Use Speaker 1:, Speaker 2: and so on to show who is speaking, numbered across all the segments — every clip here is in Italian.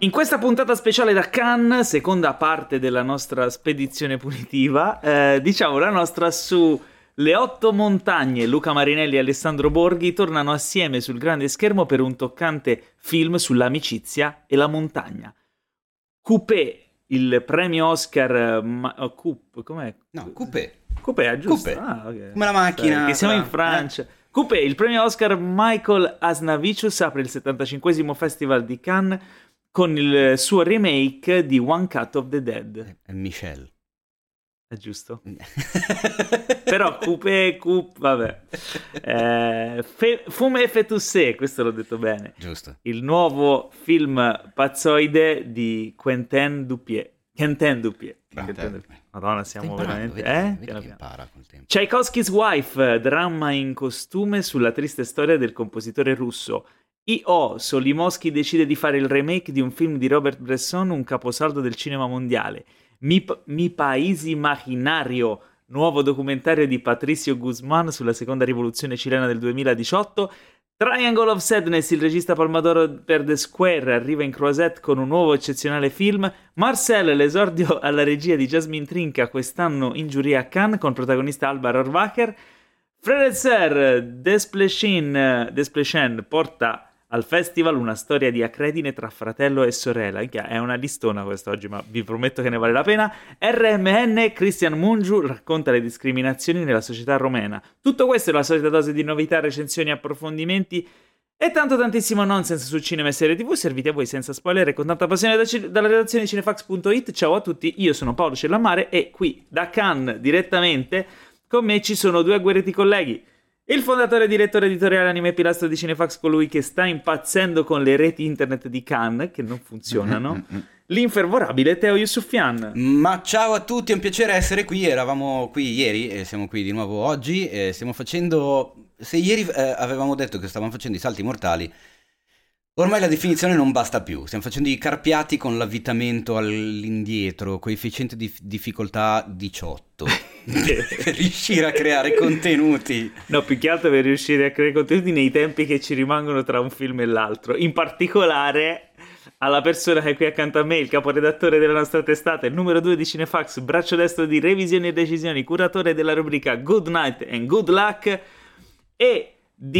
Speaker 1: In questa puntata speciale da Cannes, seconda parte della nostra spedizione punitiva, diciamo la nostra su Le 8 montagne. Luca Marinelli e Alessandro Borghi tornano assieme sul grande schermo per un toccante film sull'amicizia e la montagna. Coupé, il premio Oscar... com'è?
Speaker 2: No, Coupé.
Speaker 1: Coupé, giusto?
Speaker 2: Coupé.
Speaker 1: Ah, okay.
Speaker 2: Come la macchina.
Speaker 1: Che siamo in Francia. Coupé, il premio Oscar Michael Hazanavicius apre il 75esimo Festival di Cannes con il suo remake di One Cut of the Dead.
Speaker 2: È Michel.
Speaker 1: È giusto? Però Coupé, vabbè. Fume Fetousé, questo l'ho detto bene.
Speaker 2: Giusto.
Speaker 1: Il nuovo film pazzoide di Quentin Dupieux. Madonna, siamo veramente...
Speaker 2: Vedi che impara col tempo.
Speaker 1: Tchaikovsky's Wife, dramma in costume sulla triste storia del compositore russo. I.O. Solimoschi decide di fare il remake di un film di Robert Bresson, un caposaldo del cinema mondiale. Mi País Imaginario, nuovo documentario di Patricio Guzmán sulla seconda rivoluzione cilena del 2018. Triangle of Sadness, il regista Palma d'Oro per The Square, arriva in Croisette con un nuovo eccezionale film. Marcel, l'esordio alla regia di Jasmine Trinca, quest'anno in giuria a Cannes con protagonista Alba Rohrwacher. Frères et Sœurs, Desplechin porta al festival una storia di acredine tra fratello e sorella. È una listona quest'oggi, ma vi prometto che ne vale la pena. RMN, Christian Mungiu racconta le discriminazioni nella società romena. Tutto questo è la solita dose di novità, recensioni, approfondimenti e tanto tantissimo nonsense su cinema e serie TV, serviti a voi senza spoiler e con tanta passione dalla redazione di cinefax.it. Ciao a tutti, io sono Paolo Cellamare e qui da Cannes direttamente con me ci sono due agguerriti colleghi. Il fondatore e direttore editoriale anime e pilastro di Cinefax, colui che sta impazzendo con le reti internet di Cannes, che non funzionano, l'infervorabile Teo Yusufian.
Speaker 2: Ma ciao a tutti, è un piacere essere qui. Eravamo qui ieri e siamo qui di nuovo oggi. Stiamo facendo... Se ieri avevamo detto che stavamo facendo i salti mortali, ormai la definizione non basta più. Stiamo facendo i carpiati con l'avvitamento all'indietro, coefficiente di difficoltà 18. Per riuscire a creare contenuti.
Speaker 1: No, più che altro per riuscire a creare contenuti nei tempi che ci rimangono tra un film e l'altro. In particolare alla persona che è qui accanto a me, il caporedattore della nostra testata, il numero 2 di Cinefax, braccio destro di revisioni e decisioni, curatore della rubrica Good Night and Good Luck e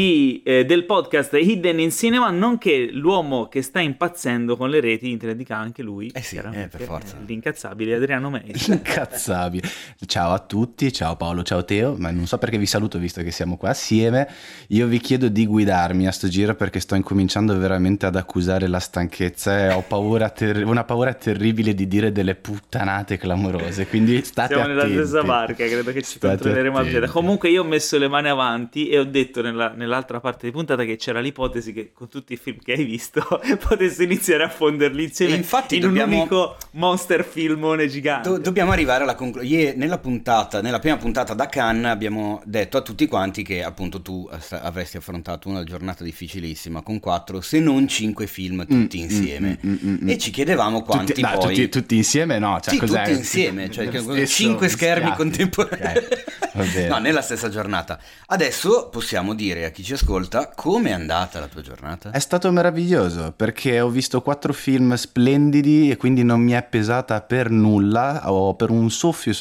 Speaker 1: del podcast Hidden in Cinema, nonché l'uomo che sta impazzendo con le reti internet di Cannes, anche lui.
Speaker 2: Sì, per forza.
Speaker 1: L'incazzabile Adriano Meis.
Speaker 3: Incazzabile. Ciao a tutti, ciao Paolo, ciao Teo, ma non so perché vi saluto visto che siamo qua assieme. Io vi chiedo di guidarmi a sto giro perché sto incominciando veramente ad accusare la stanchezza e ho paura una paura terribile di dire delle puttanate clamorose, quindi state
Speaker 1: Siamo
Speaker 3: attenti.
Speaker 1: nella stessa barca, credo che ci controlleremo a piede. Comunque io ho messo le mani avanti e ho detto nell'altra parte di puntata che c'era l'ipotesi che con tutti i film che hai visto potessi iniziare a fonderli insieme in un unico monster filmone gigante.
Speaker 2: Dobbiamo arrivare alla conclusione. Nella prima puntata da Cannes abbiamo detto a tutti quanti che appunto tu avresti affrontato una giornata difficilissima con 4 se non 5 film tutti insieme e ci chiedevamo quanti
Speaker 3: tutti insieme no, cioè,
Speaker 2: sì,
Speaker 3: cos'è?
Speaker 2: Tutti insieme, cioè 5 schermi contemporanei.
Speaker 3: Okay.
Speaker 2: No, nella stessa giornata. Adesso possiamo dire a chi ci ascolta come è andata la tua giornata.
Speaker 3: È stato meraviglioso perché ho visto 4 film splendidi e quindi non mi è pesata per nulla. Per un soffio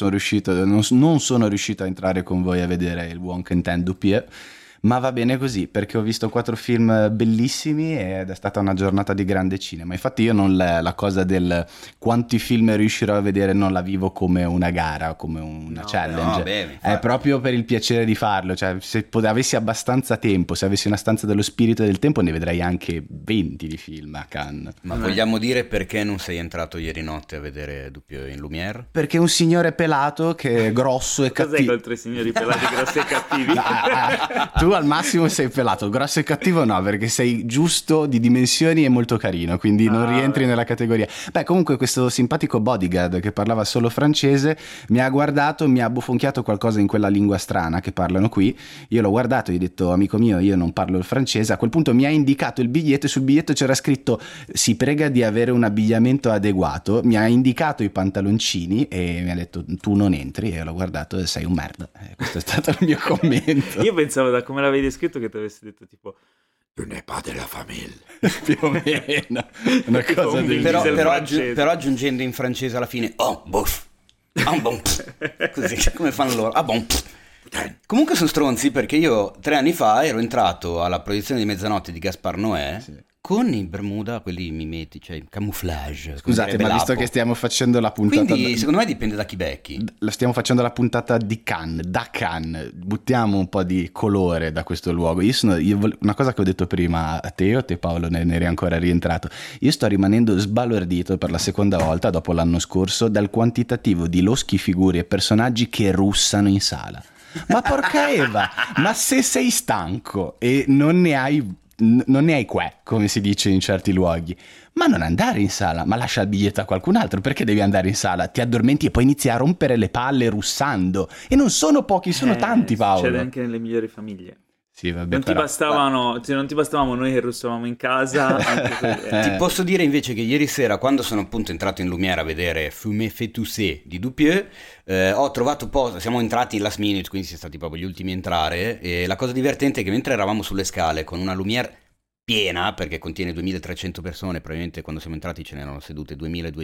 Speaker 3: non sono riuscito a entrare con voi a vedere il buon Quentin Dupieux, ma va bene così perché ho visto 4 film bellissimi ed è stata una giornata di grande cinema. Infatti io non la cosa del quanti film riuscirò a vedere non la vivo come una gara, come una challenge. È proprio per il piacere di farlo, cioè se avessi abbastanza tempo, se avessi una stanza dello spirito e del tempo ne vedrei anche 20 di film a Cannes.
Speaker 2: Ma vogliamo dire perché non sei entrato ieri notte a vedere Dupieux in Lumière?
Speaker 3: Perché un signore pelato che è grosso e cattivo.
Speaker 1: Cos'è contro i signori pelati grossi e cattivi?
Speaker 3: Tu al massimo sei pelato, grosso e cattivo no, perché sei giusto di dimensioni e molto carino, quindi non rientri nella categoria. Beh, comunque questo simpatico bodyguard che parlava solo francese mi ha guardato, mi ha bofonchiato qualcosa in quella lingua strana che parlano qui. Io l'ho guardato e gli ho detto: amico mio, io non parlo il francese. A quel punto mi ha indicato il biglietto e sul biglietto c'era scritto: si prega di avere un abbigliamento adeguato. Mi ha indicato i pantaloncini e mi ha detto: tu non entri. E l'ho guardato e sei un merda. Questo è stato il mio commento.
Speaker 1: Io pensavo, da come l'avevi descritto, che ti avessi detto tipo
Speaker 2: Tu n'es pas de la famille.
Speaker 3: Più o meno. Una cosa del
Speaker 2: Però,
Speaker 1: Diesel
Speaker 2: però,
Speaker 1: francese.
Speaker 2: però aggiungendo in francese alla fine, oh, boff. Ah, bon. Così, come fanno loro? Ah, bon. Comunque sono stronzi perché io 3 anni fa ero entrato alla proiezione di Mezzanotte di Gaspar Noè con i Bermuda, quelli mimeti, cioè il camouflage.
Speaker 3: Scusate, ma visto che stiamo facendo la puntata...
Speaker 2: Quindi secondo me dipende da chi becchi.
Speaker 3: Stiamo facendo la puntata di Cannes, da Cannes, buttiamo un po' di colore da questo luogo. Una cosa che ho detto prima a te Paolo, ne eri ancora rientrato, io sto rimanendo sbalordito per la seconda volta dopo l'anno scorso dal quantitativo di loschi, figure e personaggi che russano in sala. Ma porca Eva, ma se sei stanco e non ne hai come si dice in certi luoghi, ma non andare in sala, ma lascia il biglietto a qualcun altro. Perché devi andare in sala? Ti addormenti e poi inizi a rompere le palle russando. E non sono pochi, sono tanti, Paolo.
Speaker 1: Succede anche nelle migliori famiglie.
Speaker 3: Sì, vabbè,
Speaker 1: Non ti bastavamo noi che russavamo in casa.
Speaker 2: Ti posso dire invece che ieri sera, quando sono appunto entrato in Lumière a vedere Fumé fait tousser di Dupieux, ho trovato posto, siamo entrati in last minute, quindi siamo stati proprio gli ultimi a entrare, e la cosa divertente è che mentre eravamo sulle scale con una Lumière piena, perché contiene 2300 persone, probabilmente quando siamo entrati ce n'erano sedute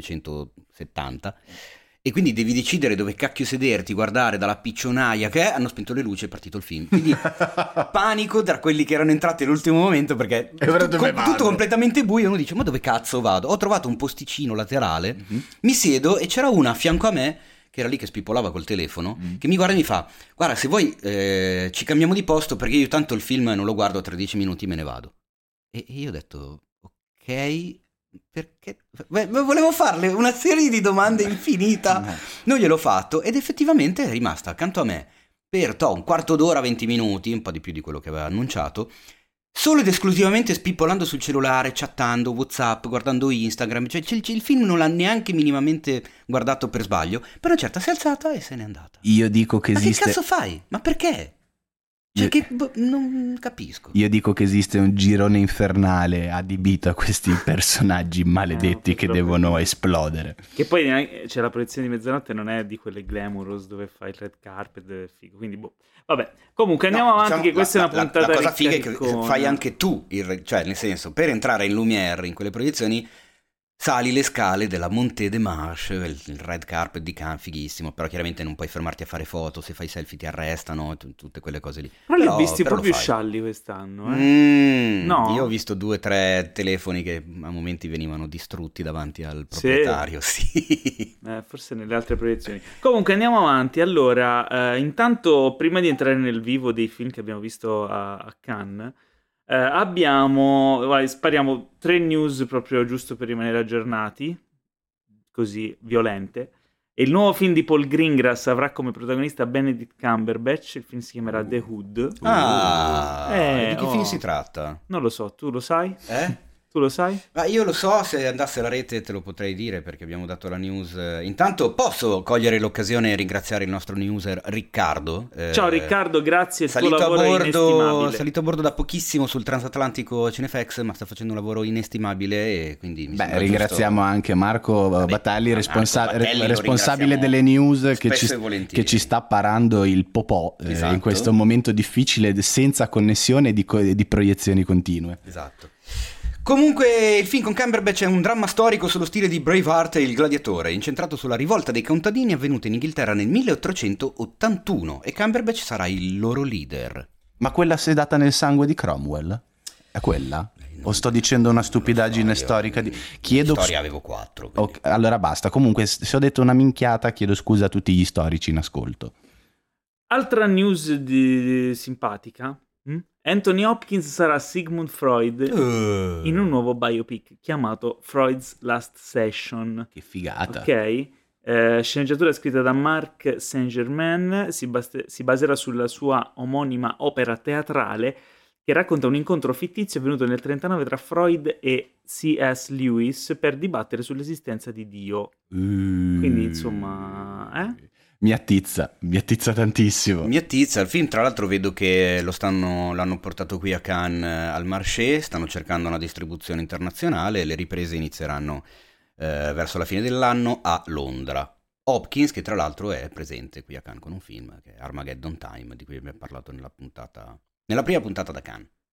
Speaker 2: 2270, e quindi devi decidere dove cacchio sederti, guardare dalla piccionaia che è, hanno spento le luci e è partito il film. Quindi panico tra quelli che erano entrati all'ultimo momento perché tutto completamente buio, uno dice ma dove cazzo vado? Ho trovato un posticino laterale, mi siedo e c'era una a fianco a me che era lì che spippolava col telefono, che mi guarda e mi fa guarda se vuoi ci cambiamo di posto perché io tanto il film non lo guardo tra 10 minuti me ne vado. E io ho detto ok, perché volevo farle una serie di domande infinita, non gliel'ho fatto ed effettivamente è rimasta accanto a me per un quarto d'ora, 20 minuti, un po' di più di quello che aveva annunciato, solo ed esclusivamente spippolando sul cellulare, chattando, WhatsApp, guardando Instagram, cioè il film non l'ha neanche minimamente guardato per sbaglio, però certa si è alzata e se n'è andata.
Speaker 3: Io dico che esiste...
Speaker 2: Ma che cazzo fai? Ma perché? Cioè non capisco.
Speaker 3: Io dico che esiste un girone infernale adibito a questi personaggi maledetti che devono esplodere.
Speaker 1: Che poi c'è la proiezione di Mezzanotte, non è di quelle glamorous dove fai il red carpet, dove è figo. Quindi vabbè. Comunque andiamo avanti, diciamo, che questa è una puntata
Speaker 2: la cosa figa è che fai anche tu, cioè nel senso, per entrare in Lumière in quelle proiezioni sali le scale della Montée des Marches, il red carpet di Cannes, fighissimo, però chiaramente non puoi fermarti a fare foto, se fai selfie ti arrestano, tutte quelle cose lì.
Speaker 1: Ma li ho visti proprio scialli quest'anno,
Speaker 2: No? Io ho visto 2 o 3 telefoni che a momenti venivano distrutti davanti al proprietario, sì.
Speaker 1: Forse nelle altre proiezioni. Comunque andiamo avanti, allora, intanto prima di entrare nel vivo dei film che abbiamo visto a Cannes, spariamo 3 news proprio giusto per rimanere aggiornati, così violente. E il nuovo film di Paul Greengrass avrà come protagonista Benedict Cumberbatch, il film si chiamerà The Hood.
Speaker 2: Di che film si tratta?
Speaker 1: Non lo so, tu lo sai? Tu lo sai?
Speaker 2: Ma io lo so, se andasse alla rete te lo potrei dire perché abbiamo dato la news. Intanto posso cogliere l'occasione e ringraziare il nostro newser Riccardo.
Speaker 1: Ciao Riccardo, grazie, il tuo lavoro è inestimabile.
Speaker 2: Salito a bordo da pochissimo sul transatlantico Cinefx, ma sta facendo un lavoro inestimabile e quindi
Speaker 3: ringraziamo anche Marco Battagli, responsabile delle news che ci sta parando il popò in questo momento difficile senza connessione di proiezioni continue.
Speaker 2: Esatto. Comunque il film con Cumberbatch è un dramma storico sullo stile di Braveheart e Il Gladiatore, incentrato sulla rivolta dei contadini avvenuta in Inghilterra nel 1881 e Cumberbatch sarà il loro leader.
Speaker 3: Ma quella sedata nel sangue di Cromwell? È quella? O sto dicendo una stupidaggine storica?
Speaker 2: Storia avevo 4.
Speaker 3: Okay, allora basta, comunque se ho detto una minchiata chiedo scusa a tutti gli storici in ascolto.
Speaker 1: Altra news simpatica. Anthony Hopkins sarà Sigmund Freud in un nuovo biopic chiamato Freud's Last Session.
Speaker 3: Che figata.
Speaker 1: Ok. Sceneggiatura scritta da Marc Saint-Germain, si baserà sulla sua omonima opera teatrale che racconta un incontro fittizio avvenuto nel 1939 tra Freud e C.S. Lewis per dibattere sull'esistenza di Dio. Quindi insomma...
Speaker 3: Mi attizza tantissimo.
Speaker 2: Mi attizza, il film tra l'altro vedo che l'hanno portato qui a Cannes al Marché, stanno cercando una distribuzione internazionale, le riprese inizieranno verso la fine dell'anno a Londra. Hopkins, che tra l'altro è presente qui a Cannes con un film che è Armageddon Time, di cui abbiamo parlato nella prima puntata da Cannes.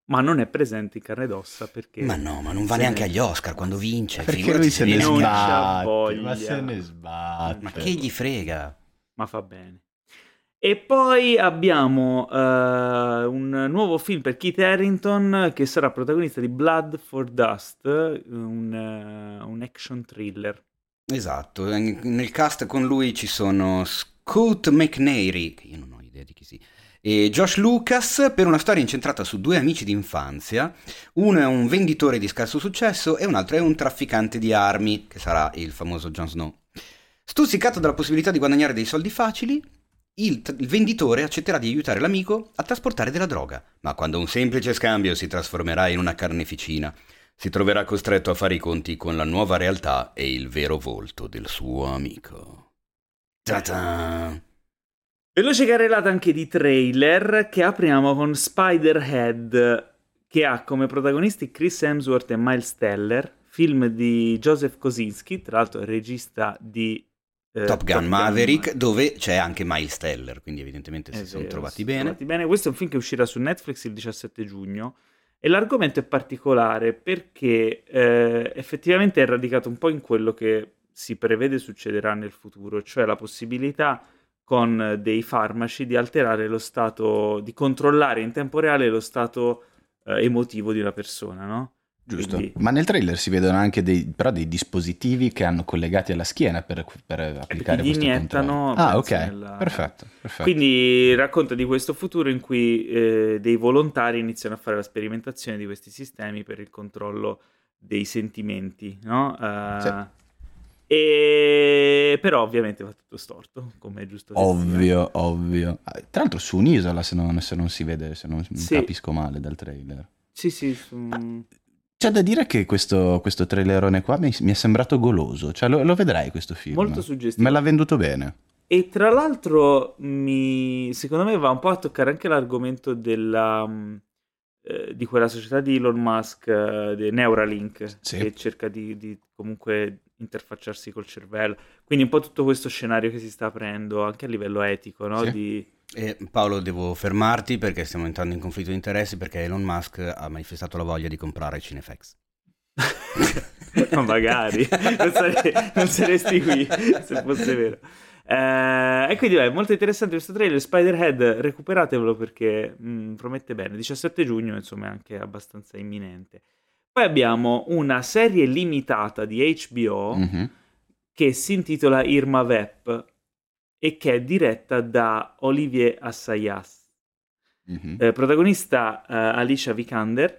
Speaker 1: ma non è presente in carne ed ossa perché...
Speaker 2: Ma no, ma non va
Speaker 1: se
Speaker 2: neanche
Speaker 1: ne-
Speaker 2: agli Oscar quando vince.
Speaker 3: Perché
Speaker 2: figurati
Speaker 3: lui se ne
Speaker 2: viene-
Speaker 1: non c'ha
Speaker 3: sbatte,
Speaker 1: voglia.
Speaker 3: ma se ne sbatte.
Speaker 2: Ma che gli frega?
Speaker 1: Ma fa bene. E poi abbiamo un nuovo film per Kit Harington che sarà protagonista di Blood for Dust, un action thriller.
Speaker 2: Esatto, nel cast con lui ci sono Scoot McNairy, che io non ho idea di chi sia, e Josh Lucas, per una storia incentrata su due amici d'infanzia. Uno è un venditore di scarso successo e un altro è un trafficante di armi, che sarà il famoso Jon Snow. Stuzzicato dalla possibilità di guadagnare dei soldi facili, il venditore accetterà di aiutare l'amico a trasportare della droga, ma quando un semplice scambio si trasformerà in una carneficina, si troverà costretto a fare i conti con la nuova realtà e il vero volto del suo amico. Ta-ta!
Speaker 1: Veloce carrellata anche di trailer che apriamo con Spiderhead, che ha come protagonisti Chris Hemsworth e Miles Teller, film di Joseph Kosinski, tra l'altro è regista di
Speaker 2: Top Gun Maverick, dove c'è anche Miles Teller, quindi evidentemente si sono trovati bene.
Speaker 1: Questo è un film che uscirà su Netflix il 17 giugno e l'argomento è particolare perché effettivamente è radicato un po' in quello che si prevede succederà nel futuro, cioè la possibilità con dei farmaci di alterare lo stato, di controllare in tempo reale lo stato emotivo di una persona, no?
Speaker 3: Giusto,
Speaker 1: Quindi-
Speaker 3: ma nel trailer si vedono anche però dei dispositivi che hanno collegati alla schiena per applicare
Speaker 1: gli
Speaker 3: questo
Speaker 1: iniettano,
Speaker 3: controllo. Ah,
Speaker 1: penso,
Speaker 3: ok, perfetto.
Speaker 1: Quindi racconta di questo futuro in cui dei volontari iniziano a fare la sperimentazione di questi sistemi per il controllo dei sentimenti, no?
Speaker 3: Sì.
Speaker 1: E però ovviamente va tutto storto, come è giusto che sia.
Speaker 3: Ovvio. Tra l'altro su un'isola, se non si vede, se non
Speaker 1: Sì.
Speaker 3: capisco male dal trailer.
Speaker 1: Sì,
Speaker 3: C'è da dire che questo trailerone qua mi è sembrato goloso, cioè lo vedrai questo film.
Speaker 1: molto suggestivo.
Speaker 3: Me l'ha venduto bene.
Speaker 1: E tra l'altro secondo me va un po' a toccare anche l'argomento di quella società di Elon Musk, di Neuralink,
Speaker 3: Sì.
Speaker 1: che cerca di comunque interfacciarsi col cervello. Quindi un po' tutto questo scenario che si sta aprendo anche a livello etico, no?
Speaker 3: Sì.
Speaker 2: Paolo, devo fermarti perché stiamo entrando in conflitto di interessi perché Elon Musk ha manifestato la voglia di comprare Cinefx.
Speaker 1: Ma magari non saresti qui se fosse vero. E quindi è molto interessante questo trailer. Spiderhead, recuperatevelo perché promette bene. 17 giugno, insomma, è anche abbastanza imminente. Poi abbiamo una serie limitata di HBO
Speaker 3: Mhm.
Speaker 1: che si intitola Irma Vep e che è diretta da Olivier Assayas.
Speaker 3: Mhm.
Speaker 1: Protagonista Alicia Vikander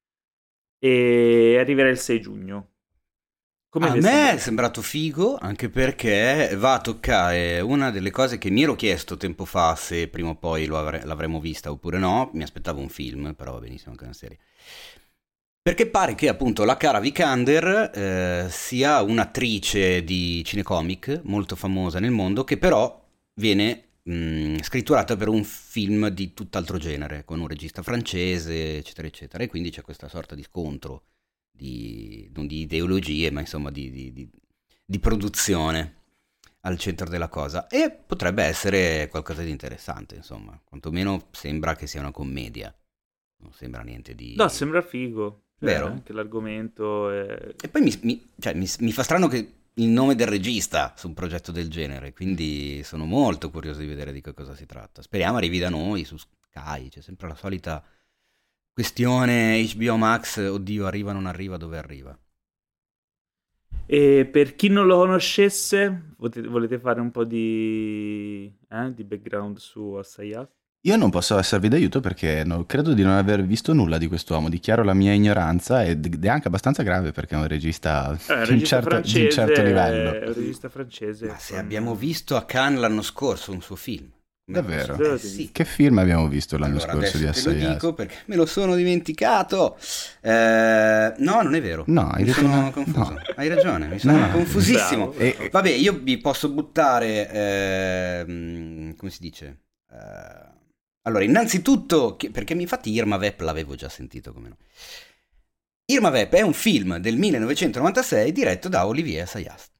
Speaker 1: e arriverà il 6 giugno. Come
Speaker 2: A
Speaker 1: vi è
Speaker 2: me è
Speaker 1: sembrato?
Speaker 2: sembrato figo anche perché va a toccare una delle cose che mi ero chiesto tempo fa se prima o poi l'avremmo vista oppure no. Mi aspettavo un film, però va benissimo anche una serie. Perché pare che appunto la cara Vikander sia un'attrice di cinecomic molto famosa nel mondo che però viene scritturata per un film di tutt'altro genere, con un regista francese, eccetera, eccetera. E quindi c'è questa sorta di scontro, non di ideologie, ma insomma di produzione al centro della cosa. E potrebbe essere qualcosa di interessante, insomma. Quantomeno sembra che sia una commedia. Non sembra niente di...
Speaker 1: No, sembra figo.
Speaker 2: Vero?
Speaker 1: Anche l'argomento è...
Speaker 2: E poi mi fa strano che il nome del regista su un progetto del genere, quindi sono molto curioso di vedere di che cosa si tratta. Speriamo arrivi da noi su Sky, c'è sempre la solita questione HBO Max, oddio, arriva, non arriva, dove arriva.
Speaker 1: E per chi non lo conoscesse, volete fare un po' di background su Assayas?
Speaker 3: Io non posso esservi d'aiuto perché credo di non aver visto nulla di quest'uomo, dichiaro la mia ignoranza ed è anche abbastanza grave perché è un regista di un certo livello.
Speaker 1: È un regista francese.
Speaker 2: Ma se abbiamo visto a Cannes l'anno scorso un suo film. Come
Speaker 3: Davvero?
Speaker 2: posso- sì.
Speaker 3: Che film abbiamo visto l'anno
Speaker 2: Allora,
Speaker 3: scorso di
Speaker 2: adesso te lo
Speaker 3: Assayas?
Speaker 2: dico perché me lo sono dimenticato. No, non è vero.
Speaker 3: No, hai
Speaker 2: mi
Speaker 3: detto
Speaker 2: sono
Speaker 3: no.
Speaker 2: confuso.
Speaker 3: No.
Speaker 2: Hai ragione, mi sono
Speaker 3: No.
Speaker 2: confusissimo.
Speaker 1: Bravo.
Speaker 2: Vabbè, io vi posso buttare, come si dice? Allora, innanzitutto, perché infatti Irma Vep l'avevo già sentito come no. Irma Vep è un film del 1996 diretto da Olivier Assayas.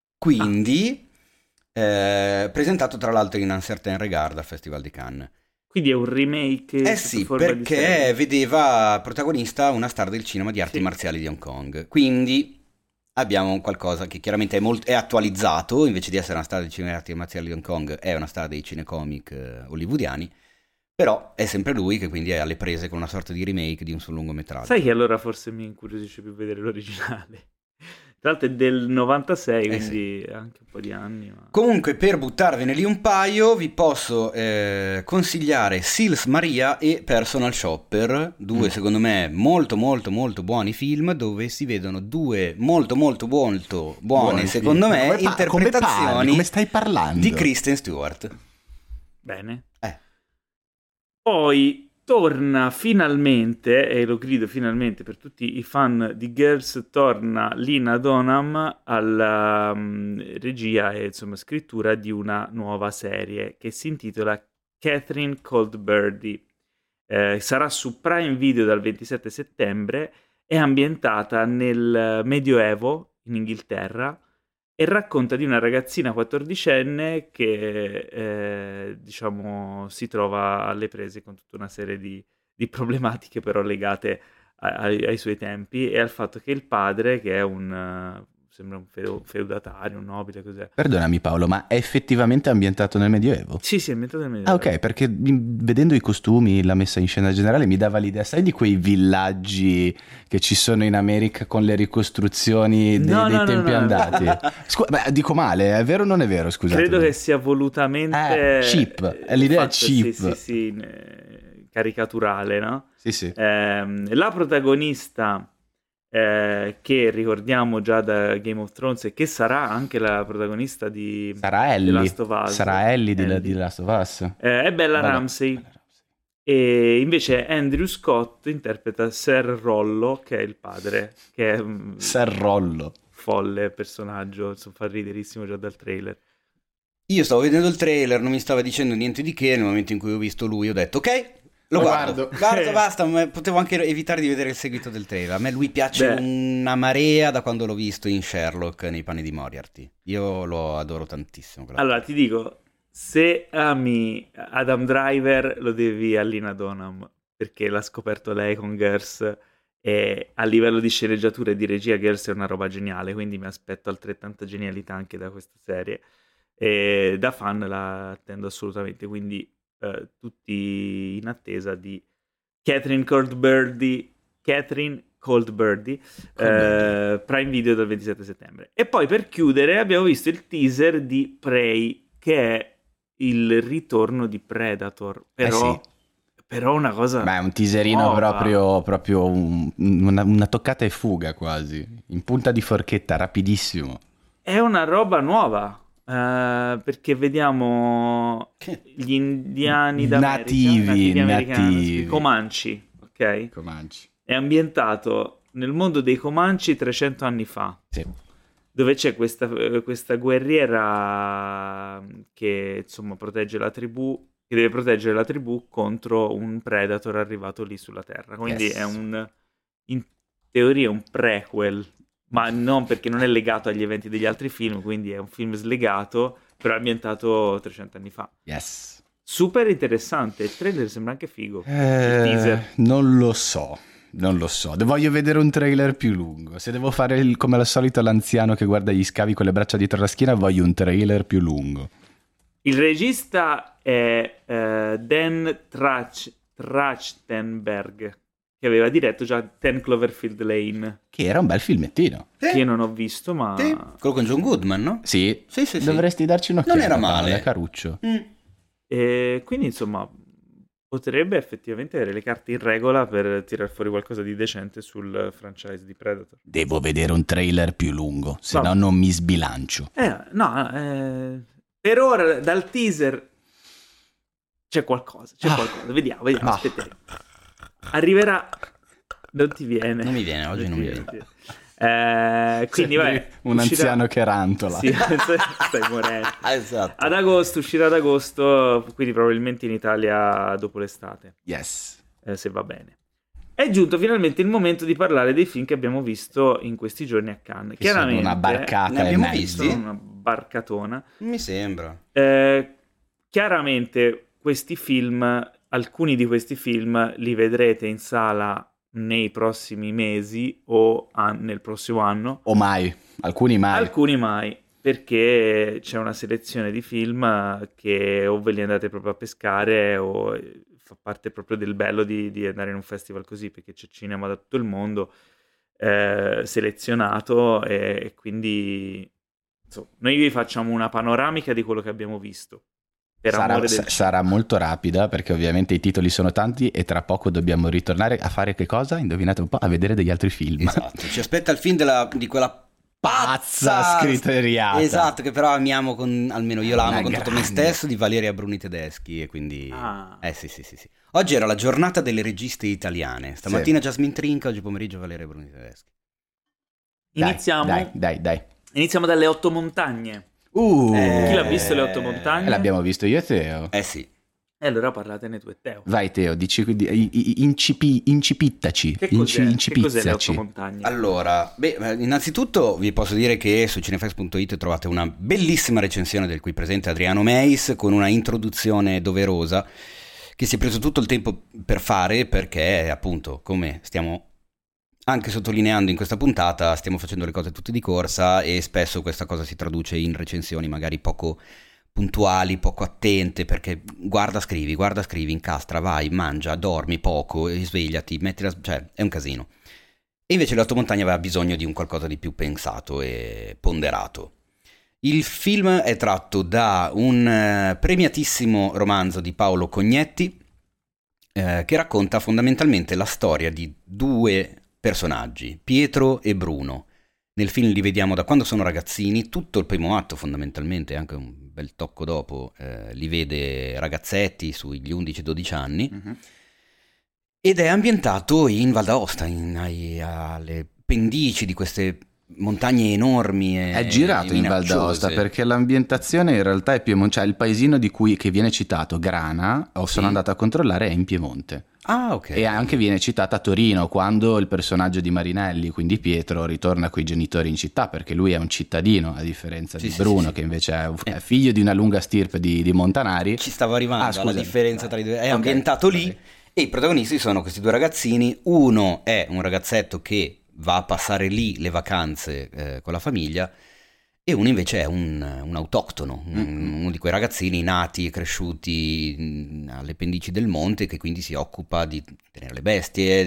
Speaker 2: Quindi, presentato tra l'altro in Un Certain Regard al Festival di Cannes.
Speaker 1: Quindi è un remake sotto
Speaker 2: Sì,
Speaker 1: forma di
Speaker 2: perché
Speaker 1: serie.
Speaker 2: vedeva protagonista una star del cinema di arti
Speaker 1: Sì.
Speaker 2: marziali di Hong Kong. Quindi abbiamo qualcosa che chiaramente è attualizzato, invece di essere una star del cinema di arti marziali di Hong Kong, è una star dei cinecomic hollywoodiani, però è sempre lui che quindi è alle prese con una sorta di remake di un suo lungometraggio.
Speaker 1: Sai che allora forse mi incuriosisce più vedere l'originale. Tra l'altro è del 96, quindi anche un po' di anni. Ma...
Speaker 2: Comunque, per buttarvene lì un paio, vi posso consigliare Sils Maria e Personal Shopper, due secondo me molto molto molto buoni film, dove si vedono due molto molto molto buone, secondo me, interpretazioni
Speaker 3: come stai parlando?
Speaker 2: di Kristen Stewart.
Speaker 1: Bene. Poi torna finalmente, e lo grido finalmente per tutti i fan di Girls, torna Lena Dunham alla regia e insomma scrittura di una nuova serie che si intitola Catherine Cold Birdie. Sarà su Prime Video dal 27 settembre, è ambientata nel Medioevo in Inghilterra e racconta di una ragazzina 14enne che diciamo si trova alle prese con tutta una serie di problematiche però legate ai suoi tempi e al fatto che il padre, che è sembra un feudatario, un nobile, cos'è?
Speaker 3: Perdonami Paolo, ma è effettivamente ambientato nel Medioevo?
Speaker 1: Sì, è ambientato nel Medioevo.
Speaker 3: Ah, ok, perché vedendo i costumi, la messa in scena generale mi dava l'idea, sai, di quei villaggi che ci sono in America con le ricostruzioni dei tempi andati? Beh, dico male, è vero o non è vero, scusate?
Speaker 1: Credo che sia volutamente...
Speaker 3: cheap, è l'idea cheap.
Speaker 1: Sì, caricaturale, no?
Speaker 3: Sì.
Speaker 1: La protagonista... che ricordiamo già da Game of Thrones e che sarà anche la protagonista di The Last of Us.
Speaker 3: Sarà Ellie di Last of Us.
Speaker 1: È Bella Ramsey. E invece Andrew Scott interpreta Ser Rollo, che è il padre, che è
Speaker 3: Ser Rollo,
Speaker 1: folle personaggio, insomma, fa riderissimo già dal trailer.
Speaker 2: Io stavo vedendo il trailer, non mi stava dicendo niente di che, nel momento in cui ho visto lui ho detto ok, lo guardo, basta, ma potevo anche evitare di vedere il seguito del trailer. A me lui piace una marea da quando l'ho visto in Sherlock nei panni di Moriarty. Io lo adoro tantissimo.
Speaker 1: Allora ti dico, se ami Adam Driver lo devi a Lena Dunham, perché l'ha scoperto lei con Girls e a livello di sceneggiatura e di regia Girls è una roba geniale, quindi mi aspetto altrettanta genialità anche da questa serie e da fan la attendo assolutamente, quindi tutti in attesa di Catherine Cold Birdie, Prime Video dal 27 settembre. E poi per chiudere abbiamo visto il teaser di Prey, che è il ritorno di Predator, però una cosa...
Speaker 3: Beh, è un teaserino proprio una toccata e fuga quasi, in punta di forchetta, rapidissimo.
Speaker 1: È una roba nuova. Perché vediamo gli indiani d'America, nativi americani, Comanche, ok?
Speaker 3: Comanche.
Speaker 1: È ambientato nel mondo dei Comanche 300 anni fa,
Speaker 3: sì.
Speaker 1: Dove c'è questa guerriera che insomma protegge la tribù, che deve proteggere la tribù contro un predator arrivato lì sulla Terra. Quindi è in teoria un prequel, ma non perché non è legato agli eventi degli altri film, quindi è un film slegato, però ambientato 300 anni fa.
Speaker 3: Yes.
Speaker 1: Super interessante, il trailer sembra anche figo. Il teaser.
Speaker 3: Non lo so. Voglio vedere un trailer più lungo. Se devo fare come al solito l'anziano che guarda gli scavi con le braccia dietro la schiena, voglio un trailer più lungo.
Speaker 1: Il regista è Dan Trachtenberg, che aveva diretto già 10 Cloverfield Lane,
Speaker 3: che era un bel filmettino
Speaker 1: che io non ho visto, ma
Speaker 2: quello con John Goodman, no?
Speaker 3: Sì. Dovresti darci un'occhiata.
Speaker 2: Non era male,
Speaker 3: caruccio.
Speaker 1: E quindi insomma potrebbe effettivamente avere le carte in regola per tirar fuori qualcosa di decente sul franchise di Predator.
Speaker 3: Devo vedere un trailer più lungo, se no non mi sbilancio.
Speaker 1: Per ora dal teaser c'è qualcosa, vediamo, aspettiamo. Arriverà. Non ti viene.
Speaker 2: Non mi viene, oggi non mi viene.
Speaker 1: Quindi
Speaker 3: un anziano che rantola.
Speaker 1: Sì, stai morendo.
Speaker 2: Esatto.
Speaker 1: Uscirà ad agosto, quindi probabilmente in Italia dopo l'estate.
Speaker 3: Yes.
Speaker 1: Se va bene. È giunto finalmente il momento di parlare dei film che abbiamo visto in questi giorni a Cannes. Chiaramente
Speaker 3: sono una barcata
Speaker 2: ne abbiamo visti?
Speaker 1: Una barcatona.
Speaker 2: Mi sembra.
Speaker 1: Chiaramente questi film alcuni di questi film li vedrete in sala nei prossimi mesi o nel prossimo anno.
Speaker 3: O mai, alcuni mai.
Speaker 1: Alcuni mai, perché c'è una selezione di film che o ve li andate proprio a pescare o fa parte proprio del bello di andare in un festival così, perché c'è cinema da tutto il mondo selezionato e quindi insomma, noi vi facciamo una panoramica di quello che abbiamo visto. Per amore del
Speaker 3: Sarà molto rapida perché ovviamente i titoli sono tanti e tra poco dobbiamo ritornare a fare che cosa? Indovinate un po', a vedere degli altri film.
Speaker 2: Esatto, ci aspetta il film di quella
Speaker 3: pazza scriteriata.
Speaker 2: Esatto, che però amiamo almeno io l'amo con tutto me
Speaker 3: grande.
Speaker 2: stesso, di Valeria Bruni Tedeschi, e quindi
Speaker 1: Ah.
Speaker 2: sì. Oggi era la giornata delle registe italiane. Stamattina Jasmine Trinca, oggi pomeriggio Valeria Bruni Tedeschi.
Speaker 1: Iniziamo.
Speaker 3: Dai.
Speaker 1: Iniziamo dalle 8 montagne. Chi l'ha visto le 8 montagne?
Speaker 3: L'abbiamo visto io e Teo.
Speaker 2: Sì.
Speaker 1: E allora parlatene tu e Teo.
Speaker 3: Vai Teo, dici incipittaci.
Speaker 1: Che cos'è le 8
Speaker 3: Incipizzaci.
Speaker 1: montagne?
Speaker 2: Allora, innanzitutto vi posso dire che su cinefx.it trovate una bellissima recensione del qui presente Adriano Meis con una introduzione doverosa che si è preso tutto il tempo per fare, perché appunto, come stiamo anche sottolineando in questa puntata, stiamo facendo le cose tutte di corsa e spesso questa cosa si traduce in recensioni magari poco puntuali, poco attente, perché guarda, scrivi, incastra, vai, mangia, dormi poco, svegliati, cioè è un casino. E invece l'Otto Montagne aveva bisogno di un qualcosa di più pensato e ponderato. Il film è tratto da un premiatissimo romanzo di Paolo Cognetti che racconta fondamentalmente la storia di due personaggi, Pietro e Bruno. Nel film li vediamo da quando sono ragazzini, tutto il primo atto fondamentalmente, anche un bel tocco dopo, li vede ragazzetti sugli 11-12 anni, ed è ambientato in Val d'Aosta, alle pendici di queste montagne enormi.
Speaker 3: È girato in Val d'Aosta perché l'ambientazione in realtà è Piemonte, cioè il paesino che viene citato, Grana, sono andato a controllare, è in Piemonte.
Speaker 2: Ah, ok.
Speaker 3: E anche viene citata Torino quando il personaggio di Marinelli, quindi Pietro, ritorna coi genitori in città, perché lui è un cittadino, a differenza di Bruno, che invece è figlio di una lunga stirpe di montanari.
Speaker 2: Ci stavo arrivando alla differenza tra i due. È ambientato lì e i protagonisti sono questi due ragazzini. Uno è un ragazzetto che va a passare lì le vacanze con la famiglia, e uno invece è un autoctono, uno di quei ragazzini nati e cresciuti alle pendici del monte, che quindi si occupa di tenere le bestie,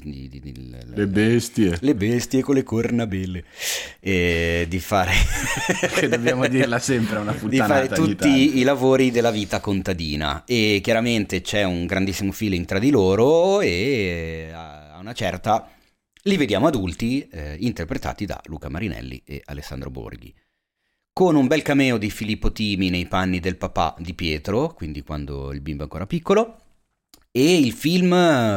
Speaker 2: le bestie con le corna belle, e di fare
Speaker 3: che dobbiamo dirla sempre una puttanata,
Speaker 2: di fare tutti i lavori della vita contadina. E chiaramente c'è un grandissimo feeling tra di loro, e a una certa li vediamo adulti, interpretati da Luca Marinelli e Alessandro Borghi, con un bel cameo di Filippo Timi nei panni del papà di Pietro, quindi quando il bimbo è ancora piccolo, e il film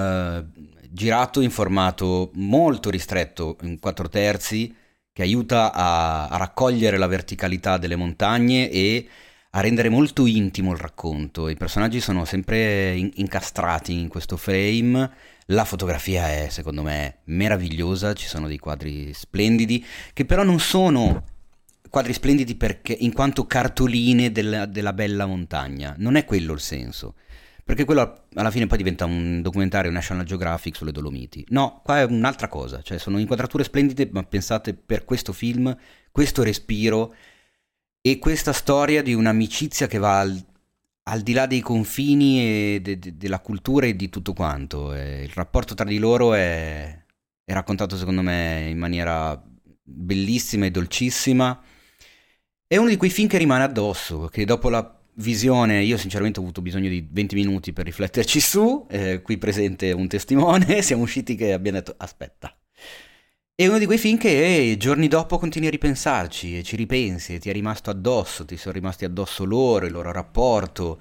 Speaker 2: girato in formato molto ristretto, in 4/3, che aiuta a raccogliere la verticalità delle montagne e a rendere molto intimo il racconto. I personaggi sono sempre incastrati in questo frame. La fotografia è, secondo me, meravigliosa, ci sono dei quadri splendidi, che però non sono quadri splendidi perché in quanto cartoline della bella montagna. Non è quello il senso, perché quello alla fine poi diventa un documentario National Geographic sulle Dolomiti. No, qua è un'altra cosa, cioè sono inquadrature splendide, ma pensate per questo film, questo respiro e questa storia di un'amicizia che va al di là dei confini e della cultura e di tutto quanto. Il rapporto tra di loro è raccontato, secondo me, in maniera bellissima e dolcissima. È uno di quei film che rimane addosso, che dopo la visione, io sinceramente ho avuto bisogno di 20 minuti per rifletterci su, qui presente un testimone, siamo usciti che abbiamo detto aspetta. È uno di quei film che giorni dopo continui a ripensarci e ci ripensi e ti è rimasto addosso, ti sono rimasti addosso loro, il loro rapporto.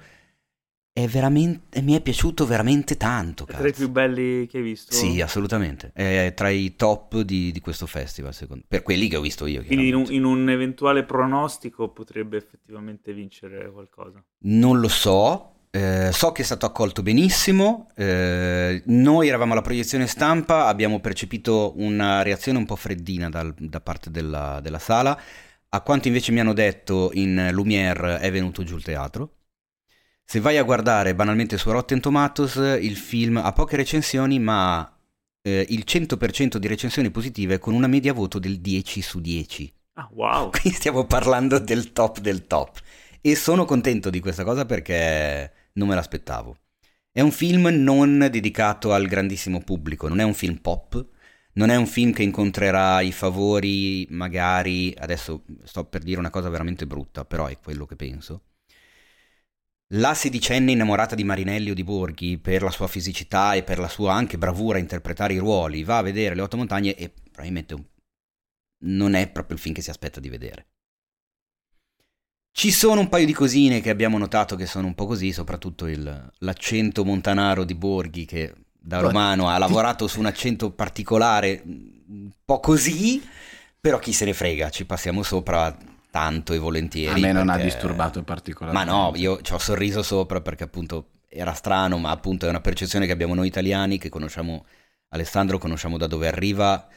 Speaker 2: Mi è piaciuto veramente tanto.
Speaker 1: È tra i più belli che hai visto?
Speaker 2: Sì, assolutamente. È tra i top di questo festival, per quelli che ho visto io.
Speaker 1: Quindi in un eventuale pronostico potrebbe effettivamente vincere qualcosa?
Speaker 2: Non lo so. So che è stato accolto benissimo. Noi eravamo alla proiezione stampa, abbiamo percepito una reazione un po' freddina da parte della sala. A quanto invece mi hanno detto, in Lumière è venuto giù il teatro. Se vai a guardare banalmente su Rotten Tomatoes, il film ha poche recensioni, ma ha il 100% di recensioni positive con una media voto del 10 su 10.
Speaker 1: Ah, wow.
Speaker 2: Qui stiamo parlando del top del top. E sono contento di questa cosa perché non me l'aspettavo. È un film non dedicato al grandissimo pubblico, non è un film pop, non è un film che incontrerà i favori, magari, adesso sto per dire una cosa veramente brutta, però è quello che penso. La sedicenne innamorata di Marinelli o di Borghi, per la sua fisicità e per la sua anche bravura a interpretare i ruoli, va a vedere Le Otto Montagne e probabilmente non è proprio il film che si aspetta di vedere. Ci sono un paio di cosine che abbiamo notato che sono un po' così, soprattutto l'accento montanaro di Borghi, che da romano ha lavorato su un accento particolare, un po' così, però chi se ne frega, ci passiamo sopra tanto e volentieri.
Speaker 3: A me non ha disturbato particolarmente.
Speaker 2: Ma no, io ci ho sorriso sopra perché appunto era strano, ma appunto è una percezione che abbiamo noi italiani, che conosciamo Alessandro, conosciamo da dove arriva,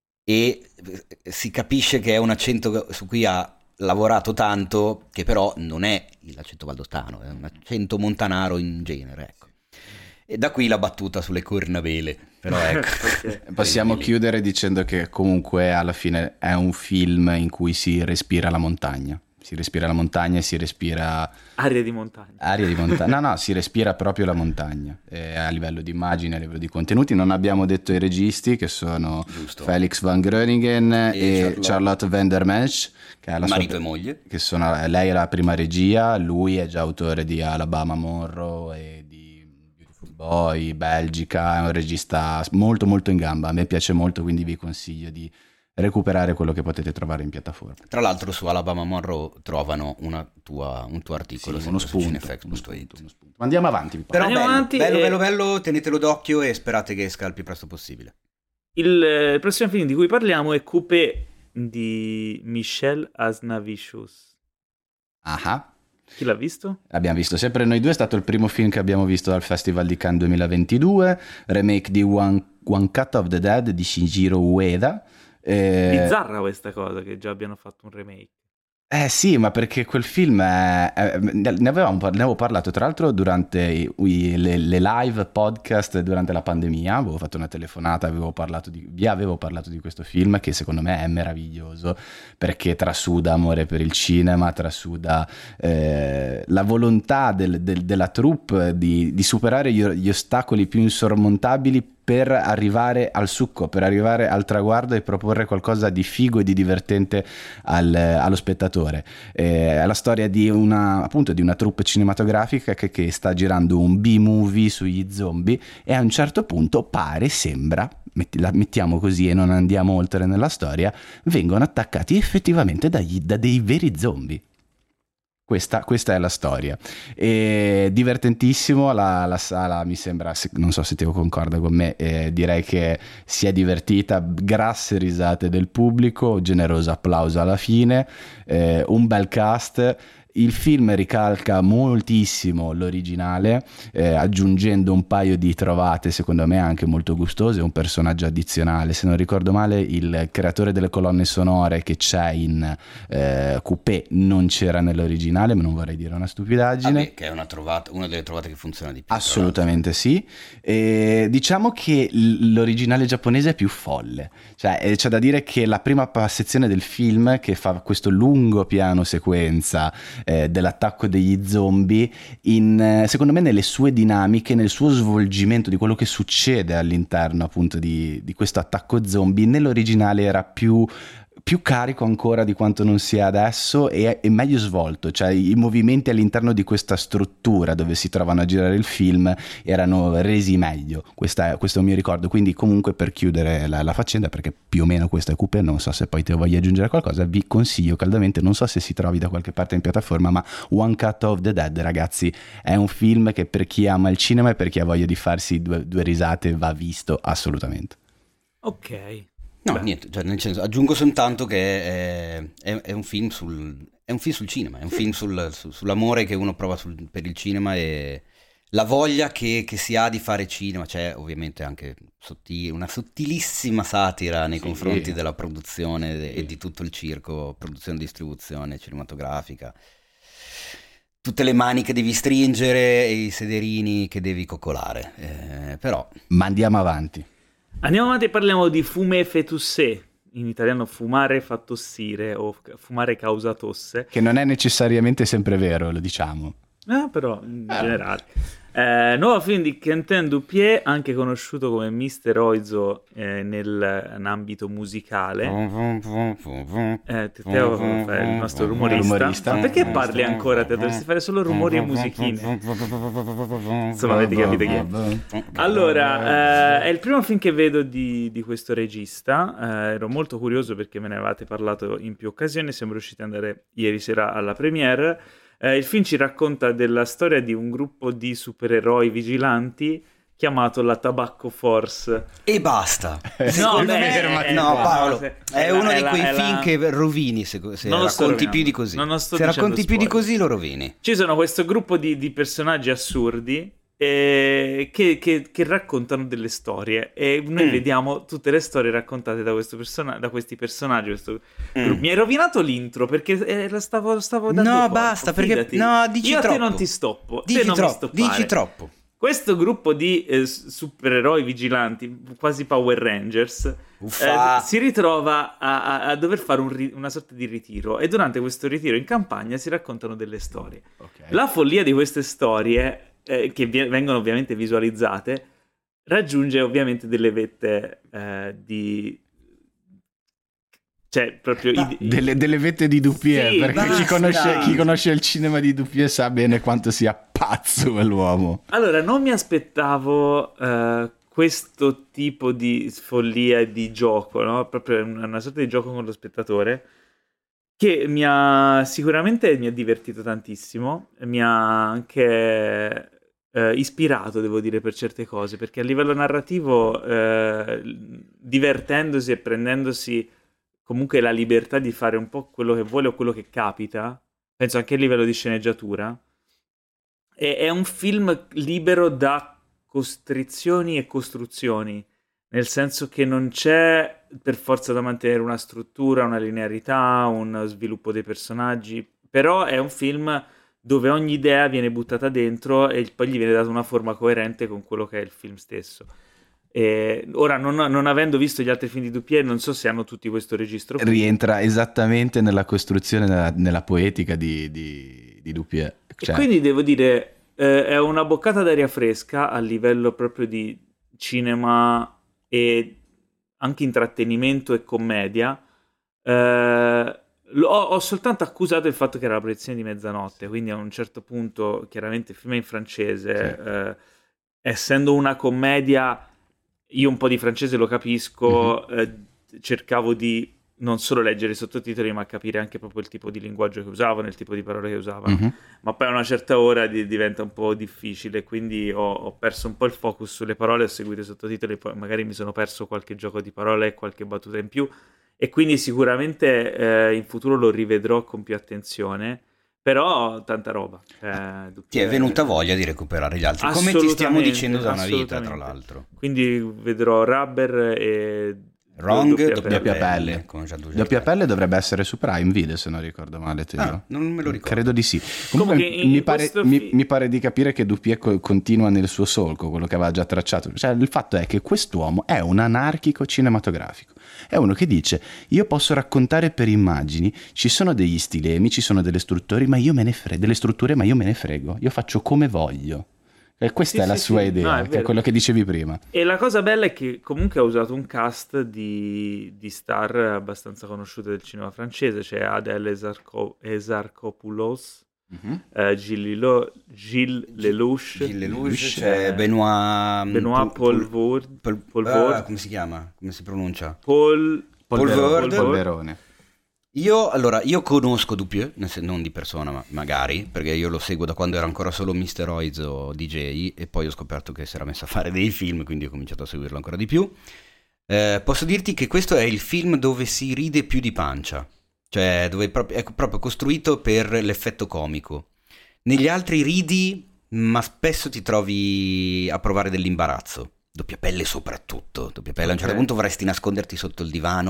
Speaker 2: e si capisce che è un accento su cui ha lavorato tanto, che però non è l'accento valdostano, è un accento montanaro in genere, ecco. E da qui la battuta sulle cornavele, però ecco.
Speaker 3: Possiamo chiudere dicendo che comunque alla fine è un film in cui si respira la montagna. Si respira la montagna e si respira...
Speaker 1: Aria di montagna.
Speaker 3: Aria di montagna. No, si respira proprio la montagna. A livello di immagini, a livello di contenuti. Non abbiamo detto i registi, che sono
Speaker 2: Giusto.
Speaker 3: Felix van Groningen e Charlotte van der Mensch, che è la
Speaker 2: marito e moglie.
Speaker 3: Che lei è la prima regia, lui è già autore di Alabama Monroe e di Beautiful Boy, Belgica. È un regista molto molto in gamba. A me piace molto, quindi vi consiglio di recuperare quello che potete trovare in piattaforma.
Speaker 2: Tra l'altro su Alabama Monroe trovano un tuo articolo,
Speaker 3: sì, uno spunto. Ma andiamo avanti.
Speaker 2: Però bello, tenetelo d'occhio e sperate che scalpi il presto possibile.
Speaker 1: Il prossimo film di cui parliamo è Coupé di Michel Hazanavicius.
Speaker 3: Ah.
Speaker 1: Chi l'ha visto?
Speaker 3: L'abbiamo visto sempre noi due, è stato il primo film che abbiamo visto al Festival di Cannes 2022, remake di One Cut of the Dead di Shinjiro Ueda.
Speaker 1: Bizzarra questa cosa che già abbiano fatto un remake.
Speaker 3: Sì, ma perché quel film ne avevo parlato tra l'altro durante le live podcast durante la pandemia. Avevo fatto una telefonata, vi avevo parlato di questo film che secondo me è meraviglioso perché trasuda amore per il cinema, trasuda la volontà della troupe di superare gli ostacoli più insormontabili per arrivare al succo, per arrivare al traguardo e proporre qualcosa di figo e di divertente allo spettatore. È la storia di una troupe cinematografica che sta girando un B-movie sugli zombie e a un certo punto sembra, la mettiamo così e non andiamo oltre nella storia, vengono attaccati effettivamente da dei veri zombie. Questa è la storia. E divertentissimo, la sala mi sembra, non so se Teo concorda con me, direi che si è divertita, grasse risate del pubblico, generoso applauso alla fine, un bel cast. Il film ricalca moltissimo l'originale, aggiungendo un paio di trovate secondo me anche molto gustose, un personaggio addizionale. Se non ricordo male, il creatore delle colonne sonore che c'è in Coupé non c'era nell'originale, ma non vorrei dire una stupidaggine.
Speaker 2: Che è una delle trovate che funziona di più.
Speaker 3: Assolutamente sì. Diciamo che l'originale giapponese è più folle, cioè c'è da dire che la prima sezione del film, che fa questo lungo piano sequenza dell'attacco degli zombie, secondo me nelle sue dinamiche, nel suo svolgimento di quello che succede all'interno appunto di questo attacco zombie, nell'originale era più carico ancora di quanto non sia adesso e meglio svolto, cioè i movimenti all'interno di questa struttura dove si trovano a girare il film erano resi meglio. Questo è un mio ricordo. Quindi comunque, per chiudere la faccenda, perché più o meno questo è Coupé, non so se poi te voglia aggiungere qualcosa, vi consiglio caldamente, non so se si trovi da qualche parte in piattaforma, ma One Cut of the Dead, ragazzi, è un film che per chi ama il cinema e per chi ha voglia di farsi due risate va visto assolutamente.
Speaker 1: Ok.
Speaker 2: No, niente, cioè, nel senso, aggiungo soltanto che è un film sul cinema, è un film sull'amore che uno prova per il cinema e la voglia che si ha di fare cinema. C'è ovviamente anche una sottilissima satira nei confronti della produzione e di tutto il circo, produzione e distribuzione cinematografica. tutte le mani che devi stringere e i sederini che devi coccolare. Però
Speaker 3: Ma andiamo avanti.
Speaker 1: Andiamo avanti e parliamo di fumé fait tousser, in italiano fumare fa tossire o fumare causa tosse.
Speaker 3: Che non è necessariamente sempre vero, lo diciamo.
Speaker 1: Però in generale. Nuovo film di Quentin Dupieux, anche conosciuto come Mr. Oizo nell'ambito musicale. Teo è il nostro rumorista. Ma perché parli ancora, Teo? Dovresti fare solo rumori e musichine. Insomma, avete capito chi è. Allora, è il primo film che vedo di questo regista. Ero molto curioso perché me ne avevate parlato in più occasioni. Siamo riusciti ad andare ieri sera alla premiere. Il film ci racconta della storia di un gruppo di supereroi vigilanti chiamato la Tobacco Force.
Speaker 2: E basta.
Speaker 1: No,
Speaker 2: Paolo, è uno di quei film che rovini se racconti più di così. Se racconti più di così lo rovini.
Speaker 1: Ci sono questo gruppo di personaggi assurdi che raccontano delle storie e noi vediamo tutte le storie raccontate da questi personaggi. Mi hai rovinato l'intro perché stavo dando
Speaker 2: no
Speaker 1: corpo,
Speaker 2: basta
Speaker 1: fidati.
Speaker 2: perché dici
Speaker 1: io
Speaker 2: troppo.
Speaker 1: a te non ti stoppo,
Speaker 2: Dici troppo.
Speaker 1: Questo gruppo di supereroi vigilanti, quasi Power Rangers, si ritrova a dover fare una sorta di ritiro e durante questo ritiro in campagna si raccontano delle storie.
Speaker 3: Okay.
Speaker 1: La follia di queste storie che vengono ovviamente visualizzate, raggiunge ovviamente delle vette cioè proprio
Speaker 3: delle vette di Dupieux,
Speaker 1: sì,
Speaker 3: perché chi conosce il cinema di Dupieux sa bene quanto sia pazzo quell'uomo.
Speaker 1: Allora, non mi aspettavo questo tipo di follia e di gioco, no? Proprio una sorta di gioco con lo spettatore che sicuramente mi ha divertito tantissimo, mi ha anche ispirato, devo dire, per certe cose, perché a livello narrativo, divertendosi e prendendosi comunque la libertà di fare un po' quello che vuole o quello che capita, penso anche a livello di sceneggiatura, è un film libero da costrizioni e costruzioni, nel senso che non c'è per forza da mantenere una struttura, una linearità, un sviluppo dei personaggi, però è un film dove ogni idea viene buttata dentro e poi gli viene data una forma coerente con quello che è il film stesso. Ora, non avendo visto gli altri film di Dupieux, non so se hanno tutti questo registro qui.
Speaker 3: Rientra esattamente nella costruzione, nella poetica di Dupieux.
Speaker 1: E quindi devo dire, è una boccata d'aria fresca a livello proprio di cinema e anche intrattenimento e commedia. Ho soltanto accusato il fatto che era la proiezione di mezzanotte, quindi a un certo punto, chiaramente il film è in francese, essendo una commedia, io un po' di francese lo capisco, cercavo di non solo leggere i sottotitoli, ma capire anche proprio il tipo di linguaggio che usavano, il tipo di parole che usavano. Ma poi a una certa ora diventa un po' difficile, quindi ho perso un po' il focus sulle parole, ho seguito i sottotitoli, poi magari mi sono perso qualche gioco di parole e qualche battuta in più, e quindi sicuramente in futuro lo rivedrò con più attenzione, però tanta roba.
Speaker 2: Ti è venuta voglia di recuperare gli altri, come ti stiamo dicendo da una vita, tra l'altro.
Speaker 1: Quindi vedrò Rubber e
Speaker 3: Wrong, doppia pelle. Doppia pelle dovrebbe essere su Prime Video, se non ricordo male.
Speaker 2: Non me lo ricordo.
Speaker 3: Credo di sì. Comunque mi pare di capire che Dupieux continua nel suo solco, quello che aveva già tracciato. Cioè, il fatto è che quest'uomo è un anarchico cinematografico. È uno che dice: io posso raccontare per immagini, ci sono degli stilemi, ci sono delle strutture, ma io me ne frego. Io faccio come voglio. E questa è la sua idea, che è quello che dicevi prima.
Speaker 1: E la cosa bella è che comunque ha usato un cast di star abbastanza conosciute del cinema francese. C'è Adèle Exarchopoulos, Gilles Lelouch,
Speaker 2: c'è Benoît
Speaker 1: Poulvord,
Speaker 2: come si chiama? Come si pronuncia?
Speaker 3: Polverone.
Speaker 2: Io conosco Dupieux, non di persona, ma magari, perché io lo seguo da quando era ancora solo Mr. Oizo DJ, e poi ho scoperto che si era messo a fare dei film, quindi ho cominciato a seguirlo ancora di più. Posso dirti che questo è il film dove si ride più di pancia, cioè dove è proprio costruito per l'effetto comico. Negli altri ridi, ma spesso ti trovi a provare dell'imbarazzo. Doppia pelle soprattutto. Doppia pelle, a un certo punto vorresti nasconderti sotto il divano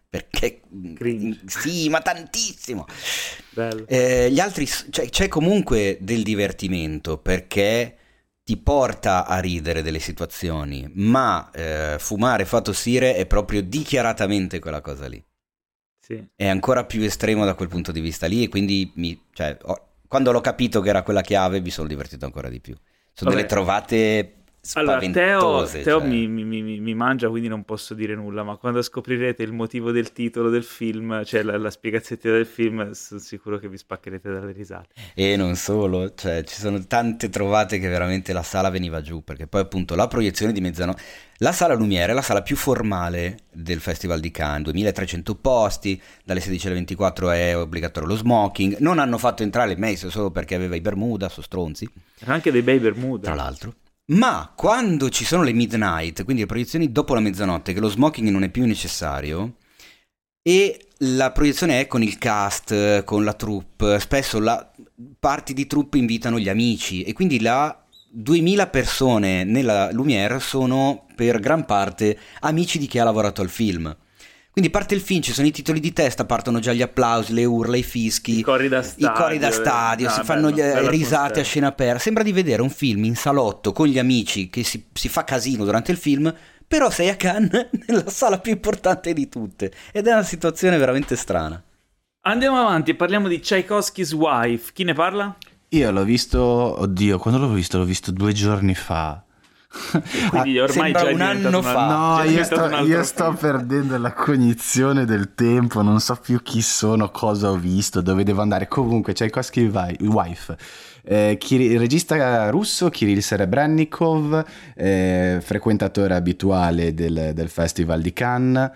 Speaker 2: perché
Speaker 1: Cringe.
Speaker 2: sì, ma tantissimo.
Speaker 1: Bello.
Speaker 2: Gli altri, cioè, c'è comunque del divertimento perché ti porta a ridere delle situazioni, ma Fumare fa tossire è proprio dichiaratamente quella cosa lì.
Speaker 1: Sì.
Speaker 2: È ancora più estremo da quel punto di vista lì, e quindi quando l'ho capito che era quella chiave mi sono divertito ancora di più. Sono
Speaker 1: Vabbè.
Speaker 2: delle trovate
Speaker 1: Allora,
Speaker 2: spaventose.
Speaker 1: Teo
Speaker 2: cioè.
Speaker 1: mi mangia, quindi non posso dire nulla, ma quando scoprirete il motivo del titolo del film, cioè la spiegazione del film, sono sicuro che vi spaccherete dalle risate.
Speaker 2: E non solo, cioè ci sono tante trovate che veramente la sala veniva giù, perché poi appunto la proiezione di mezzanotte, la sala Lumière è la sala più formale del Festival di Cannes, 2300 posti, dalle 16 alle 24 è obbligatorio lo smoking, non hanno fatto entrare il Mace solo perché aveva i Bermuda, so stronzi,
Speaker 1: Erano anche dei bei Bermuda.
Speaker 2: tra l'altro. Ma quando ci sono le midnight, quindi le proiezioni dopo la mezzanotte, che lo smoking non è più necessario, e la proiezione è con il cast, con la troupe, spesso parti di troupe invitano gli amici, e quindi 2000 persone nella Lumière sono per gran parte amici di chi ha lavorato al film. Quindi parte il film, ci sono i titoli di testa, partono già gli applausi, le urla, i fischi,
Speaker 1: I cori da stadio,
Speaker 2: si fanno
Speaker 1: bella
Speaker 2: risate
Speaker 1: atmosfera.
Speaker 2: a scena aperta. Sembra di vedere un film in salotto con gli amici che si fa casino durante il film, però sei a Cannes nella sala più importante di tutte. Ed è una situazione veramente strana.
Speaker 1: Andiamo avanti e parliamo di Tchaikovsky's Wife. Chi ne parla?
Speaker 3: Io l'ho visto, oddio, quando l'ho visto? L'ho visto 2 giorni fa.
Speaker 1: Quindi ormai
Speaker 2: sembra
Speaker 1: già è
Speaker 2: un
Speaker 1: diventato
Speaker 2: anno
Speaker 1: una-
Speaker 2: fa.
Speaker 3: No,
Speaker 1: già è
Speaker 3: io
Speaker 1: diventato un
Speaker 3: sto,
Speaker 1: altro
Speaker 3: io sto
Speaker 1: film.
Speaker 3: perdendo la cognizione del tempo, non so più chi sono, cosa ho visto, dove devo andare. Comunque, Tchaikovsky Wife, il regista russo Kirill Serebrennikov, frequentatore abituale del Festival di Cannes.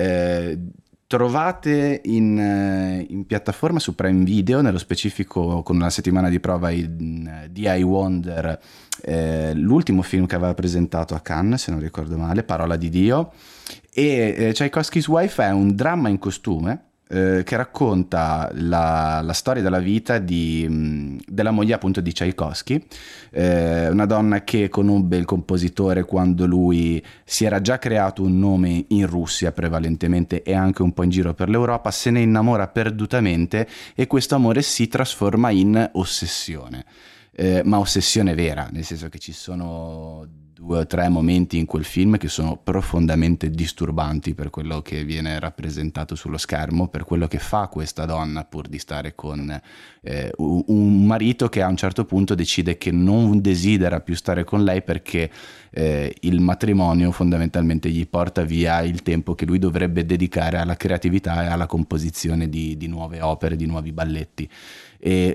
Speaker 3: Trovate in piattaforma su Prime Video, nello specifico con una settimana di prova in D.I. Wonder, l'ultimo film che aveva presentato a Cannes, se non ricordo male, Parola di Dio, e Tchaikovsky's Wife è un dramma in costume che racconta la storia della vita della moglie appunto di Tchaikovsky, una donna che conobbe il compositore quando lui si era già creato un nome in Russia prevalentemente e anche un po' in giro per l'Europa, se ne innamora perdutamente e questo amore si trasforma in ossessione. Ma ossessione vera, nel senso che ci sono 2 o 3 momenti in quel film che sono profondamente disturbanti per quello che viene rappresentato sullo schermo, per quello che fa questa donna pur di stare con un marito che a un certo punto decide che non desidera più stare con lei perché il matrimonio fondamentalmente gli porta via il tempo che lui dovrebbe dedicare alla creatività e alla composizione di nuove opere, di nuovi balletti. E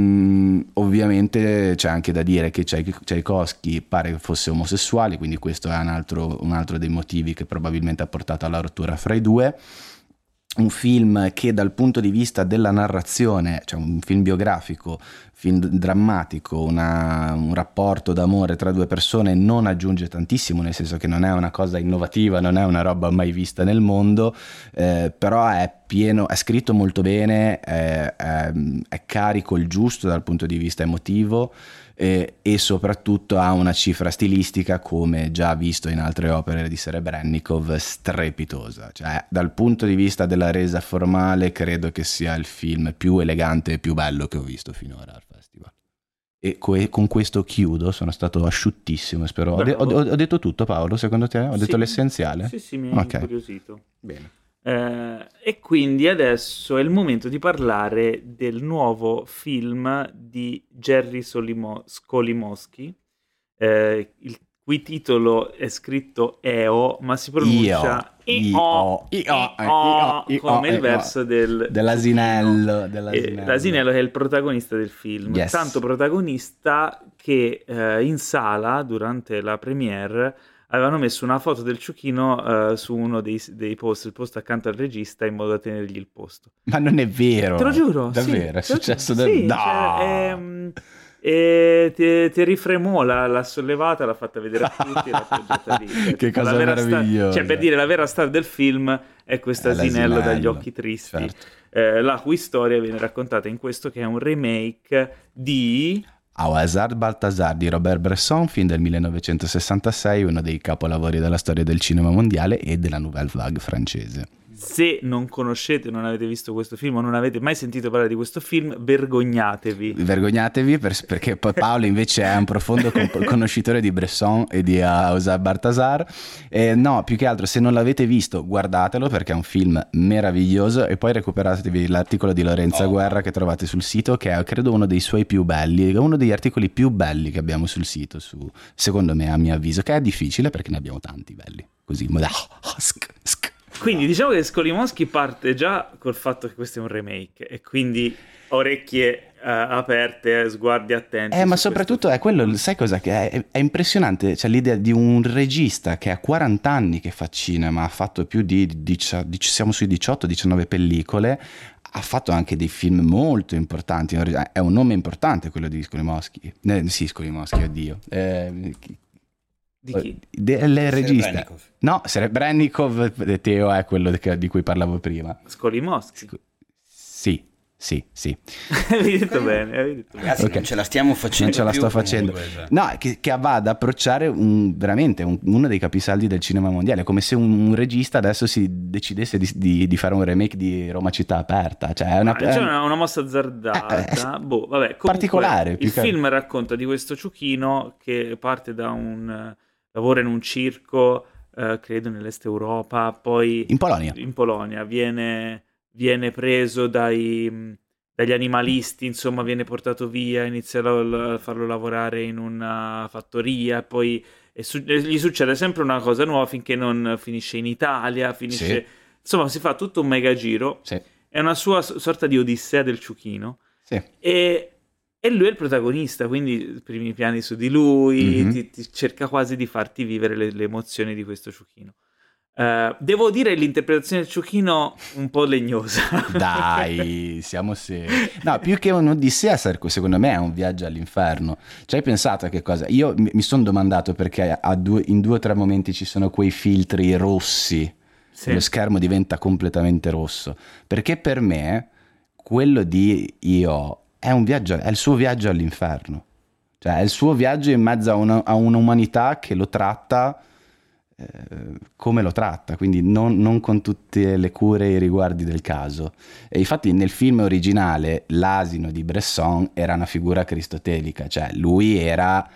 Speaker 3: ovviamente c'è anche da dire che Tchaikovsky pare che fosse omosessuale, quindi questo è un altro dei motivi che probabilmente ha portato alla rottura fra i due. Un film che dal punto di vista della narrazione, cioè un film biografico, film drammatico, un rapporto d'amore tra 2 persone, non aggiunge tantissimo, nel senso che non è una cosa innovativa, non è una roba mai vista nel mondo, però è scritto molto bene, è carico il giusto dal punto di vista emotivo, e soprattutto ha una cifra stilistica, come già visto in altre opere di Serebrennikov, strepitosa. Cioè, dal punto di vista della resa formale, credo che sia il film più elegante e più bello che ho visto finora al festival. E con questo chiudo, sono stato asciuttissimo, spero. Ho detto tutto, Paolo, secondo te? Ho detto l'essenziale?
Speaker 1: Sì, mi hai
Speaker 3: Ok.
Speaker 1: incuriosito.
Speaker 3: Bene.
Speaker 1: E quindi adesso è il momento di parlare del nuovo film di Jerry Skolimowski, il cui titolo è scritto EO, ma si pronuncia IO, come il verso
Speaker 3: dell'asinello.
Speaker 1: L'asinello che è il protagonista del film.
Speaker 3: Yes.
Speaker 1: Tanto protagonista che in sala, durante la premiere, avevano messo una foto del ciuchino su uno dei post, il posto accanto al regista, in modo da tenergli il posto.
Speaker 3: Ma non è vero.
Speaker 1: Te lo giuro.
Speaker 3: Davvero?
Speaker 1: Sì,
Speaker 3: È successo
Speaker 1: sì,
Speaker 3: no.
Speaker 1: Thierry Frémaux l'ha sollevata, l'ha fatta vedere a tutti e l'ha appoggiata lì.
Speaker 3: Che cosa
Speaker 1: La vera
Speaker 3: meravigliosa.
Speaker 1: cioè, per dire, la vera star del film è questo asinello dagli occhi tristi,
Speaker 3: certo.
Speaker 1: la cui storia viene raccontata in questo, che è un remake di...
Speaker 3: Auazard Balthazar di Robert Bresson, film del 1966, uno dei capolavori della storia del cinema mondiale e della Nouvelle Vague francese.
Speaker 1: Se non conoscete, non avete visto questo film o non avete mai sentito parlare di questo film, vergognatevi.
Speaker 3: Vergognatevi perché poi Paolo invece è un profondo conoscitore di Bresson e di Osar Balthazar. No, più che altro, se non l'avete visto, guardatelo perché è un film meraviglioso, e poi recuperatevi l'articolo di Lorenza Guerra che trovate sul sito, che è credo uno dei suoi più belli, uno degli articoli più belli che abbiamo sul sito, secondo me, a mio avviso, che è difficile perché ne abbiamo tanti belli. Così,
Speaker 1: Quindi diciamo che Skolimowski parte già col fatto che questo è un remake, e quindi orecchie aperte, sguardi attenti.
Speaker 3: Ma soprattutto è quello, sai cosa? Che è impressionante, cioè l'idea di un regista che ha 40 anni che fa cinema, ha fatto più siamo sui 18-19 pellicole, ha fatto anche dei film molto importanti, è un nome importante quello di Skolimowski. Sì, Skolimowski, oddio.
Speaker 1: Di chi?
Speaker 3: Del regista. No, Serebrennikov, Teo è quello di cui parlavo prima.
Speaker 1: Skolimowski.
Speaker 3: Sì.
Speaker 1: Avevi detto bene.
Speaker 2: Ragazzi, okay. Non ce la stiamo facendo.
Speaker 3: Non ce la sto facendo. No, che va ad approcciare veramente uno dei capisaldi del cinema mondiale, come se un regista adesso si decidesse di fare un remake di Roma città aperta. Cioè è
Speaker 1: una mossa azzardata. Vabbè, comunque,
Speaker 3: particolare.
Speaker 1: Il film racconta di questo ciuchino che parte da lavora in un circo, credo nell'est Europa, poi
Speaker 3: in Polonia
Speaker 1: viene preso dagli animalisti, insomma viene portato via, inizia a farlo lavorare in una fattoria, poi gli succede sempre una cosa nuova finché non finisce in Italia,
Speaker 3: sì.
Speaker 1: Insomma si fa tutto un mega giro,
Speaker 3: sì.
Speaker 1: È una sua sorta di odissea del ciuchino,
Speaker 3: sì.
Speaker 1: E lui è il protagonista, quindi i primi piani su di lui, ti cerca quasi di farti vivere le emozioni di questo ciuchino. Devo dire l'interpretazione del ciuchino un po' legnosa.
Speaker 3: Dai, siamo seri. No, più che un'odissea, secondo me è un viaggio all'inferno. Ci hai pensato a che cosa? Io mi sono domandato perché in 2 o 3 momenti ci sono quei filtri rossi, sì. Lo schermo diventa completamente rosso. Perché per me quello di Io è il suo viaggio all'inferno. Cioè è il suo viaggio in mezzo a un'umanità che lo tratta come lo tratta, quindi non con tutte le cure e i riguardi del caso. E infatti nel film originale l'asino di Bresson era una figura aristotelica, cioè lui era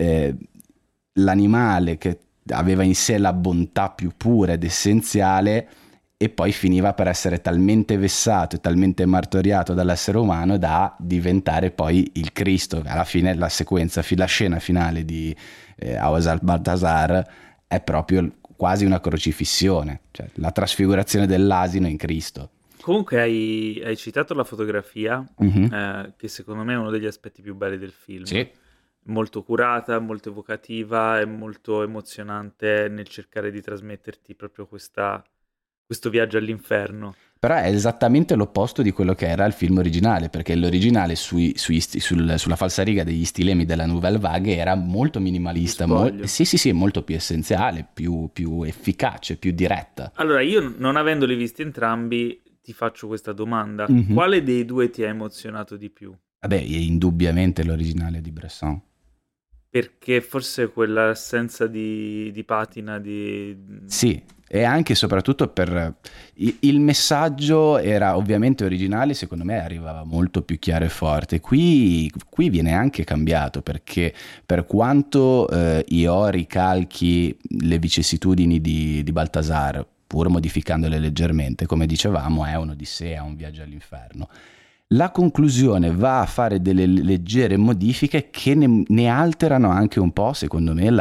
Speaker 3: l'animale che aveva in sé la bontà più pura ed essenziale, e poi finiva per essere talmente vessato e talmente martoriato dall'essere umano da diventare poi il Cristo. Alla fine la scena finale di Osar Balthazar è proprio quasi una crocifissione, cioè la trasfigurazione dell'asino in Cristo.
Speaker 1: Comunque hai citato la fotografia, che secondo me è uno degli aspetti più belli del film.
Speaker 3: Sì.
Speaker 1: Molto curata, molto evocativa e molto emozionante nel cercare di trasmetterti proprio questo viaggio all'inferno.
Speaker 3: Però è esattamente l'opposto di quello che era il film originale, perché l'originale sulla falsariga degli stilemi della Nouvelle Vague era molto minimalista, sì, molto più essenziale, più efficace, più diretta.
Speaker 1: Allora, io non avendoli visti entrambi ti faccio questa domanda. Quale dei due ti ha emozionato di più?
Speaker 3: Vabbè, indubbiamente l'originale di Bresson.
Speaker 1: Perché forse quell'assenza di patina
Speaker 3: Sì, e anche e soprattutto per il messaggio era ovviamente originale, secondo me arrivava molto più chiaro e forte. Qui viene anche cambiato, perché per quanto io ricalchi le vicissitudini di Balthazar, pur modificandole leggermente, come dicevamo, è un'odissea, un viaggio all'inferno. La conclusione va a fare delle leggere modifiche che ne alterano anche un po', secondo me,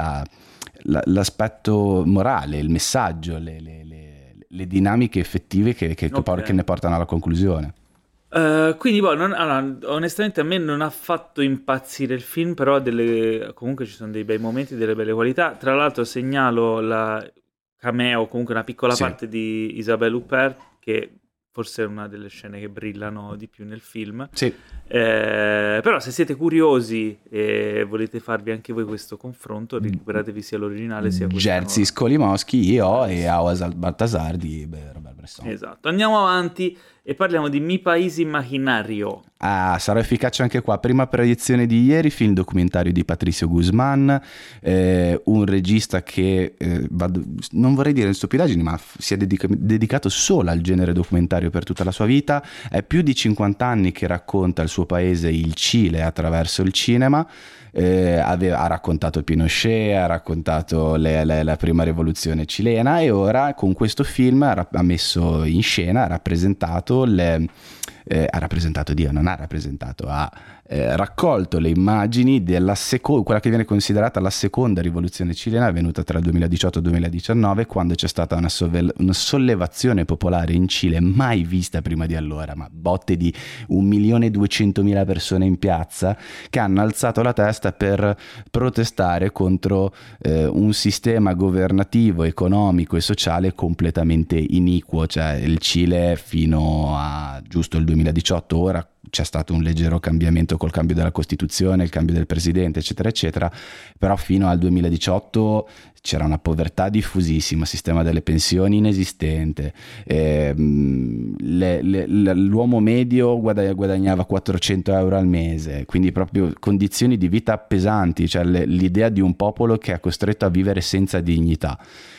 Speaker 3: l'aspetto morale, il messaggio, le dinamiche effettive che ne portano alla conclusione.
Speaker 1: Quindi onestamente a me non ha fatto impazzire il film, però comunque ci sono dei bei momenti, delle belle qualità. Tra l'altro segnalo la cameo, comunque una piccola parte di Isabelle Huppert, che forse è una delle scene che brillano di più nel film.
Speaker 3: Sì.
Speaker 1: Però se siete curiosi e volete farvi anche voi questo confronto, recuperatevi sia l'originale sia questo.
Speaker 3: Jerzy Skolimowski, Io e Osar Balthazar di Robert Bresson.
Speaker 1: Esatto. Andiamo avanti e parliamo di Mi País Imaginario.
Speaker 3: sarò efficace anche qua. Prima proiezione di ieri, film documentario di Patricio Guzmán, un regista che non vorrei dire in stupidaggini, ma si è dedicato solo al genere documentario per tutta la sua vita. È più di 50 anni che racconta il suo paese, il Cile, attraverso il cinema. Ha raccontato Pinochet, ha raccontato la prima rivoluzione cilena, e ora con questo film ha messo in scena, ha raccolto le immagini della quella che viene considerata la seconda rivoluzione cilena, avvenuta tra il 2018 e il 2019, quando c'è stata una sollevazione popolare in Cile mai vista prima di allora, ma botte di 1.200.000 persone in piazza che hanno alzato la testa per protestare contro un sistema governativo, economico e sociale completamente iniquo. Cioè il Cile fino a giusto il 2018, ora c'è stato un leggero cambiamento col cambio della Costituzione, il cambio del presidente, eccetera eccetera, però fino al 2018 c'era una povertà diffusissima, sistema delle pensioni inesistente, l'uomo medio guadagnava 400 euro al mese, quindi proprio condizioni di vita pesanti, cioè l'idea di un popolo che è costretto a vivere senza dignità.